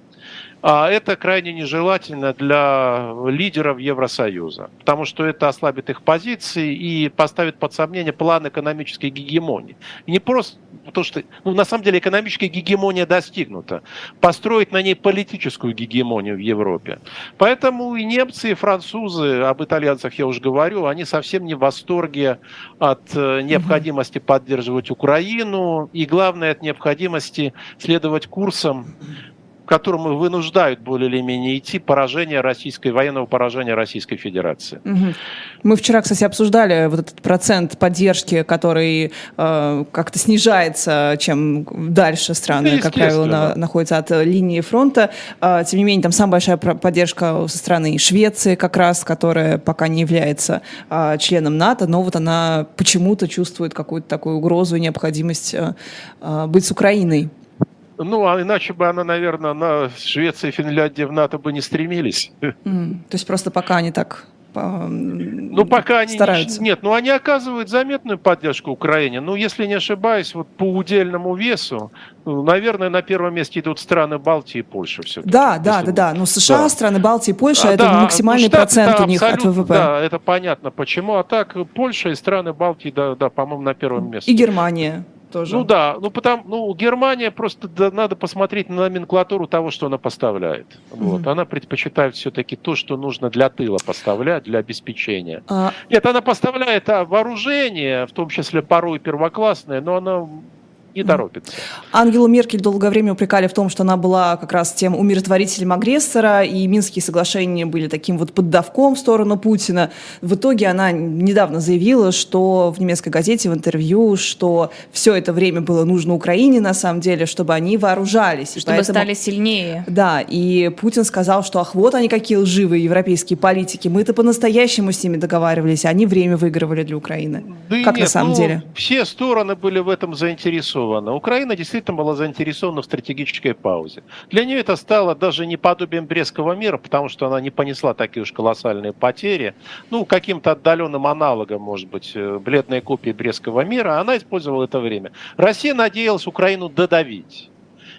А это крайне нежелательно для лидеров Евросоюза, потому что это ослабит их позиции и поставит под сомнение план экономической гегемонии. И не просто то, что, ну, на самом деле экономическая гегемония достигнута, построить на ней политическую гегемонию в Европе. Поэтому и немцы, и французы, об итальянцах я уже говорю, они совсем не в восторге от необходимости поддерживать Украину и, главное, от необходимости следовать курсам, которому вынуждают более или менее идти поражение российской, военного поражения Российской Федерации. Угу. Мы вчера, кстати, обсуждали вот этот процент поддержки, который э, как-то снижается, чем дальше страны, да, как правило, на, находятся от линии фронта. Э, тем не менее, там самая большая поддержка со стороны Швеции как раз, которая пока не является э, членом НАТО, но вот она почему-то чувствует какую-то такую угрозу и необходимость э, э, быть с Украиной. Ну, а иначе бы она, наверное, на Швеция и Финляндия в НАТО бы не стремились. Mm, то есть просто пока они так по... ну, пока они стараются. Не, нет, ну они оказывают заметную поддержку Украине. Ну, если не ошибаюсь, вот по удельному весу, ну, наверное, на первом месте идут страны Балтии и Польша все-таки. Да, да, да, да. Ну, США, да. страны Балтии и Польша, а, это да, максимальный ну, процент у них от ВВП. Да, это понятно почему. А так Польша и страны Балтии, да, да, по-моему, на первом месте. И Германия. Тоже. Ну да, ну потому, ну Германия просто да, надо посмотреть на номенклатуру того, что она поставляет. Mm-hmm. Вот, она предпочитает все-таки то, что нужно для тыла поставлять, для обеспечения. А... Нет, она поставляет а, вооружение, в том числе порой первоклассное, но она не торопится. Ангелу Меркель долгое время упрекали в том, что она была как раз тем умиротворителем агрессора, и Минские соглашения были таким вот поддавком в сторону Путина. В итоге она недавно заявила, что в немецкой газете в интервью, что все это время было нужно Украине, на самом деле, чтобы они вооружались. Чтобы поэтому... стали сильнее. Да, и Путин сказал, что ах, вот они какие лживые европейские политики, мы-то по-настоящему с ними договаривались, они время выигрывали для Украины. Да как нет, на самом ну, деле? Все стороны были в этом заинтересованы. Украина действительно была заинтересована в стратегической паузе. Для нее это стало даже не подобием Брестского мира, потому что она не понесла такие уж колоссальные потери. Ну, каким-то отдаленным аналогом, может быть, бледной копии Брестского мира. Она использовала это время. Россия надеялась Украину додавить.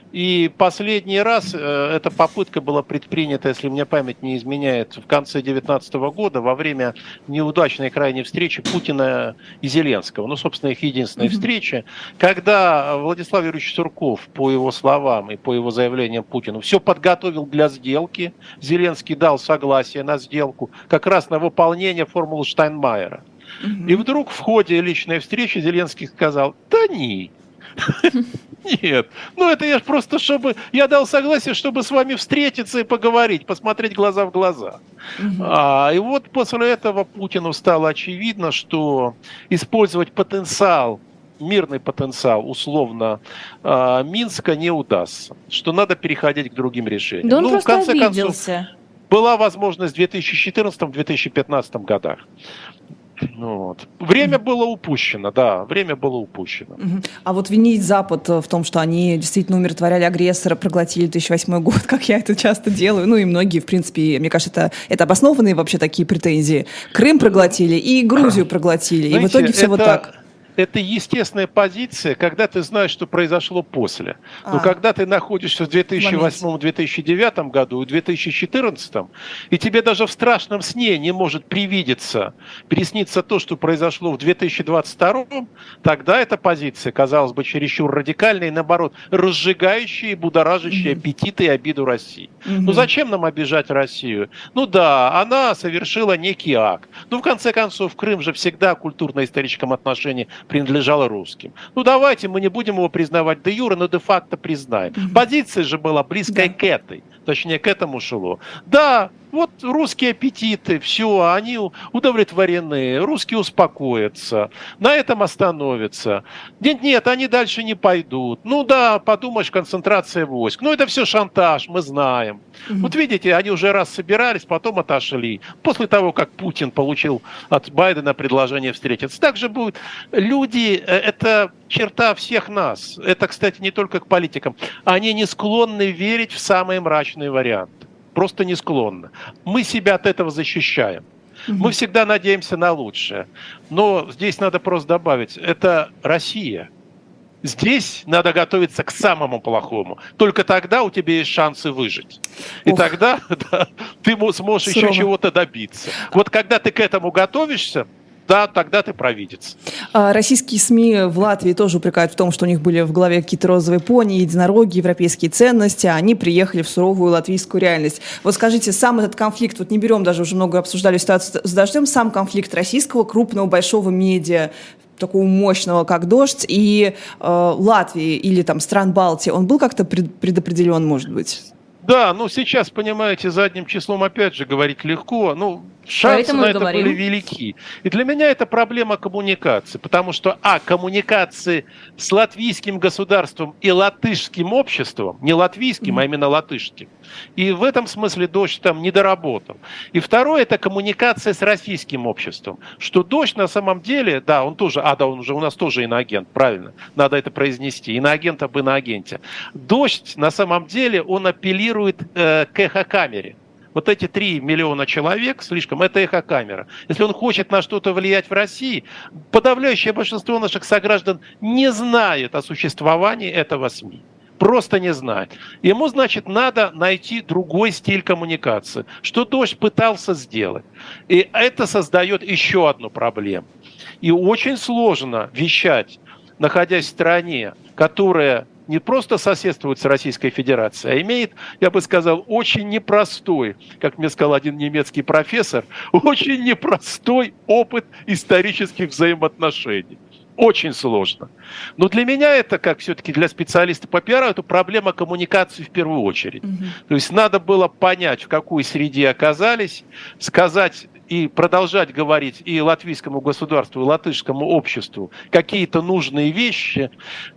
И последний раз э, эта попытка была предпринята, если мне память не изменяет, в конце две тысячи девятнадцатого года во время неудачной крайней встречи Путина и Зеленского. Ну, собственно, их единственная mm-hmm. встреча, когда Владислав Юрьевич Сурков, по его словам и по его заявлениям Путину, все подготовил для сделки. Зеленский дал согласие на сделку, как раз на выполнение формулы Штайнмайера. Mm-hmm. И вдруг в ходе личной встречи Зеленский сказал: да не. Нет, ну это я просто, чтобы... Я дал согласие, чтобы с вами встретиться и поговорить, посмотреть глаза в глаза. Uh-huh. А, и вот после этого Путину стало очевидно, что использовать потенциал, мирный потенциал, условно, э, Минска не удастся. Что надо переходить к другим решениям. Да он ну, просто в конце обиделся. концов, была возможность в две тысячи четырнадцатом - две тысячи пятнадцатом годах. Вот. Время было упущено, да, время было упущено. А вот винить Запад в том, что они действительно умиротворяли агрессора, проглотили две тысячи восьмой год, как я это часто делаю, ну и многие, в принципе, мне кажется, это, это обоснованные вообще такие претензии. Крым проглотили и Грузию проглотили, Знаете, и в итоге все это... вот так. Это естественная позиция, когда ты знаешь, что произошло после. А. Но когда ты находишься в две тысячи восьмом - две тысячи девятом году и две тысячи четырнадцатом, и тебе даже в страшном сне не может привидеться, присниться то, что произошло в две тысячи двадцать втором, тогда эта позиция, казалось бы, чересчур радикальная и, наоборот, разжигающая и будоражащая mm-hmm. аппетиты и обиду России. Mm-hmm. Ну зачем нам обижать Россию? Ну да, она совершила некий акт. Ну, в конце концов, Крым же всегда в культурно-историческом отношении принадлежало русским. Ну, давайте мы не будем его признавать де юре, но де-факто признаем. Mm-hmm. Позиция же была близкая да. к этой, точнее, к этому шло. Да, вот русские аппетиты, все, они удовлетворены, русские успокоятся, на этом остановятся. Нет, нет, они дальше не пойдут. Ну да, подумаешь, концентрация войск. Ну это все шантаж, мы знаем. Mm-hmm. Вот видите, они уже раз собирались, потом отошли. После того, как Путин получил от Байдена предложение встретиться. Так же будет. Люди, это черта всех нас. Это, кстати, не только к политикам. Они не склонны верить в самые мрачные варианты. Просто не склонны. Мы себя от этого защищаем. Mm-hmm. Мы всегда надеемся на лучшее. Но здесь надо просто добавить, это Россия. Здесь надо готовиться к самому плохому. Только тогда у тебя есть шансы выжить. И Ох. тогда да, ты сможешь Сурово. еще чего-то добиться. Вот когда ты к этому готовишься, да, тогда ты провидец. А российские СМИ в Латвии тоже упрекают в том, что у них были в голове какие-то розовые пони, единороги, европейские ценности, а они приехали в суровую латвийскую реальность. Вот скажите, сам этот конфликт, вот не берем, даже уже много обсуждали ситуацию с «Дождем», сам конфликт российского крупного большого медиа, такого мощного, как «Дождь», и э, Латвии или там стран Балтии, он был как-то пред, предопределен, может быть? Да, ну сейчас, понимаете, задним числом опять же говорить легко, ну шансы Поэтому на это говорим. были велики. И для меня это проблема коммуникации, потому что, а, коммуникации с латвийским государством и латышским обществом, не латвийским, mm-hmm. а именно латышским, и в этом смысле «Дождь» там недоработал. И второе, это коммуникация с российским обществом, что «Дождь» на самом деле, да, он тоже, а, да, он уже у нас тоже иноагент, правильно, надо это произнести, иноагент об иноагенте. «Дождь» на самом деле, он апеллирует э, к эхокамере. Вот эти три миллиона человек, слишком, это эхокамера. Если он хочет на что-то влиять в России, подавляющее большинство наших сограждан не знает о существовании этого СМИ. Просто не знает. Ему, значит, надо найти другой стиль коммуникации, что «Дождь» пытался сделать. И это создает еще одну проблему. И очень сложно вещать, находясь в стране, которая не просто соседствует с Российской Федерацией, а имеет, я бы сказал, очень непростой, как мне сказал один немецкий профессор, очень непростой опыт исторических взаимоотношений. Очень сложно. Но для меня это, как все-таки для специалиста по пиару, это проблема коммуникации в первую очередь. Mm-hmm. То есть надо было понять, в какой среде оказались, сказать и продолжать говорить и латвийскому государству, и латышскому обществу какие-то нужные вещи,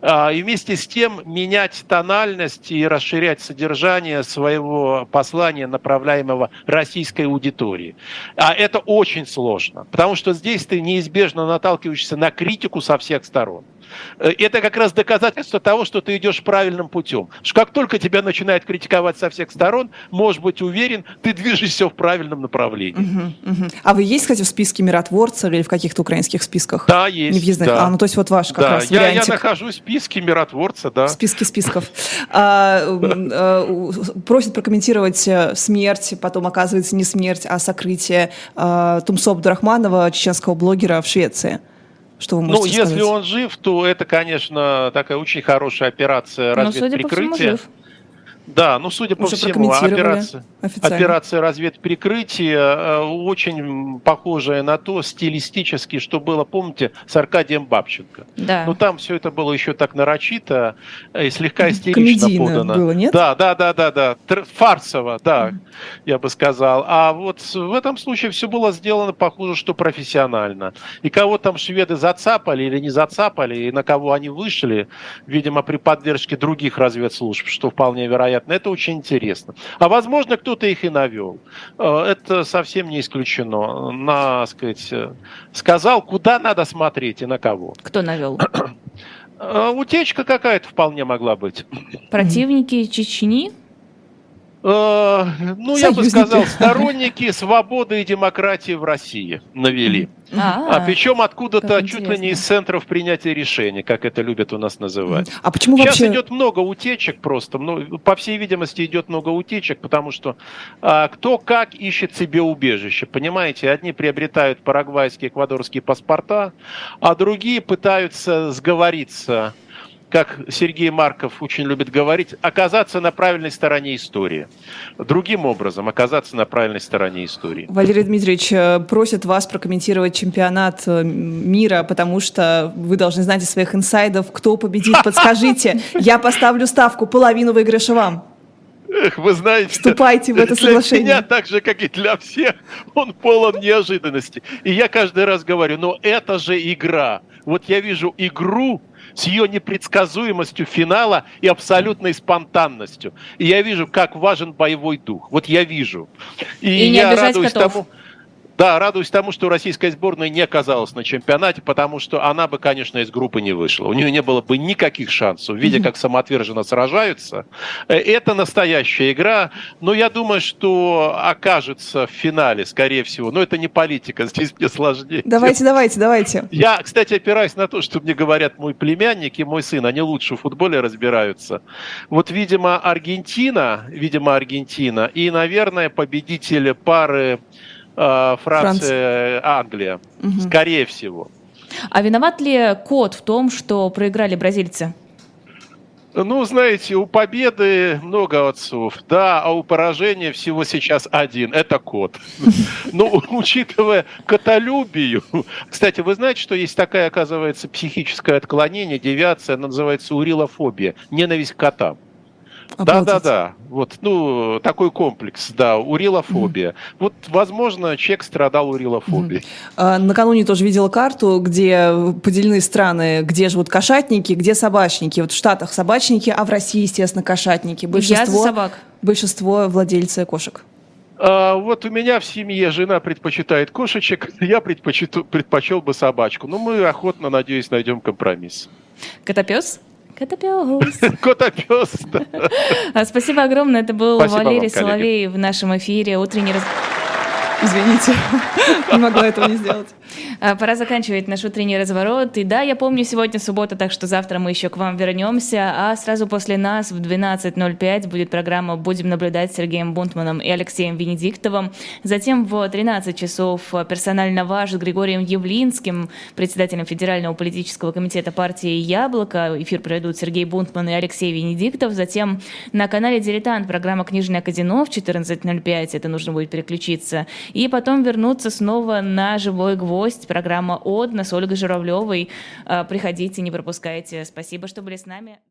и вместе с тем менять тональность и расширять содержание своего послания, направляемого российской аудитории. А это очень сложно, потому что здесь ты неизбежно наталкиваешься на критику со всех сторон. Это как раз доказательство того, что ты идешь правильным путем. Что как только тебя начинают критиковать со всех сторон, можешь быть уверен, ты движешься в правильном направлении. Угу, угу. А вы есть, кстати, в списке миротворцев или в каких-то украинских списках? Да, есть. Да. А, ну то есть вот ваш как да. раз я, вариантик. Я нахожусь в списке миротворца, да. В списке списков. а, а, просят прокомментировать смерть, потом оказывается не смерть, а сокрытие а, Тумсо Абдурахманова, чеченского блогера в Швеции. Что вы можете ну, сказать? Если он жив, то это, конечно, такая очень хорошая операция разведприкрытия. Да, ну, судя по Уже всему, операция, операция разведприкрытия очень похожая на то стилистически, что было, помните, с Аркадием Бабченко. Да. Ну, там все это было еще так нарочито и слегка истерично комедийно подано. было, нет? Да, да, да, да, да. Фарсово, да, mm. я бы сказал. А вот в этом случае все было сделано, похоже, что профессионально. И кого там шведы зацапали или не зацапали, и на кого они вышли, видимо, при поддержке других разведслужб, что вполне вероятно. Это очень интересно. А возможно, кто-то их и навел. Это совсем не исключено. На, сказать, сказал, куда надо смотреть и на кого. Кто навел? Утечка какая-то вполне могла быть. Противники Чечни? Ну, я бы сказал, сторонники свободы и демократии в России навели. А, а причем откуда-то чуть ли не из центров принятия решений, как это любят у нас называть. А почему Сейчас вообще... идет много утечек просто, ну, по всей видимости идет много утечек, потому что а, кто как ищет себе убежище, понимаете? Одни приобретают парагвайские, эквадорские паспорта, а другие пытаются сговориться как Сергей Марков очень любит говорить, оказаться на правильной стороне истории. Другим образом, оказаться на правильной стороне истории. Валерий Дмитриевич просит вас прокомментировать чемпионат мира, потому что вы должны знать из своих инсайдов, кто победит. Подскажите, я поставлю ставку, половину выигрыша вам. Эх, вы знаете, вступайте в это соглашение. Для меня, так же, как и для всех, он полон неожиданности. И я каждый раз говорю, но это же игра. Вот я вижу игру с ее непредсказуемостью финала и абсолютной спонтанностью. И я вижу, как важен боевой дух. Вот я вижу. И, и не я обижать радуюсь котов. тому... Да, радуюсь тому, что российская сборная не оказалась на чемпионате, потому что она бы, конечно, из группы не вышла. У нее не было бы никаких шансов. Видя, как самоотверженно сражаются, это настоящая игра. Но я думаю, что окажется в финале, скорее всего. Но это не политика, здесь мне сложнее. Давайте, давайте, давайте. Я, кстати, опираюсь на то, что мне говорят мой племянник и мой сын. Они лучше в футболе разбираются. Вот, видимо, Аргентина, видимо, Аргентина и, наверное, победители пары Франция, Англия, угу. Скорее всего. А виноват ли кот в том, что проиграли бразильцы? Ну, знаете, у победы много отцов, да, а у поражения всего сейчас один, это кот. Но учитывая котолюбию... Кстати, вы знаете, что есть такая, оказывается, психическое отклонение, девиация, она называется урилофобия, ненависть к котам. Да-да-да, вот, ну, такой комплекс, да, урилофобия. Mm-hmm. Вот, возможно, человек страдал урилофобией. Mm-hmm. А, накануне тоже видела карту, где поделены страны, где живут кошатники, где собачники. Вот в Штатах собачники, а в России, естественно, кошатники. Большинство, Я за собак. Большинство владельцы кошек. А, вот у меня в семье жена предпочитает кошечек, я предпочиту, предпочел бы собачку. Но мы охотно, надеюсь, найдем компромисс. Котопес? Котопес. Котопес, да. Спасибо огромное. Это был Спасибо Валерий вам, Соловей в нашем эфире. Утренний раз... Извините, не могла этого не сделать. Пора заканчивать наш утренний разворот. И да, я помню, сегодня суббота, так что завтра мы еще к вам вернемся. А сразу после нас в двенадцать ноль пять будет программа «Будем наблюдать» с Сергеем Бунтманом и Алексеем Венедиктовым. Затем в тринадцать часов персонально ваш с Григорием Явлинским, председателем Федерального политического комитета партии «Яблоко». Эфир проведут Сергей Бунтман и Алексей Венедиктов. Затем на канале «Дилетант» программа «Книжное казино» в четырнадцать ноль пять. Это нужно будет переключиться. И потом вернуться снова на «Живой гвоздь», программа «Одна» с Ольгой Журавлевой. Приходите, не пропускайте. Спасибо, что были с нами.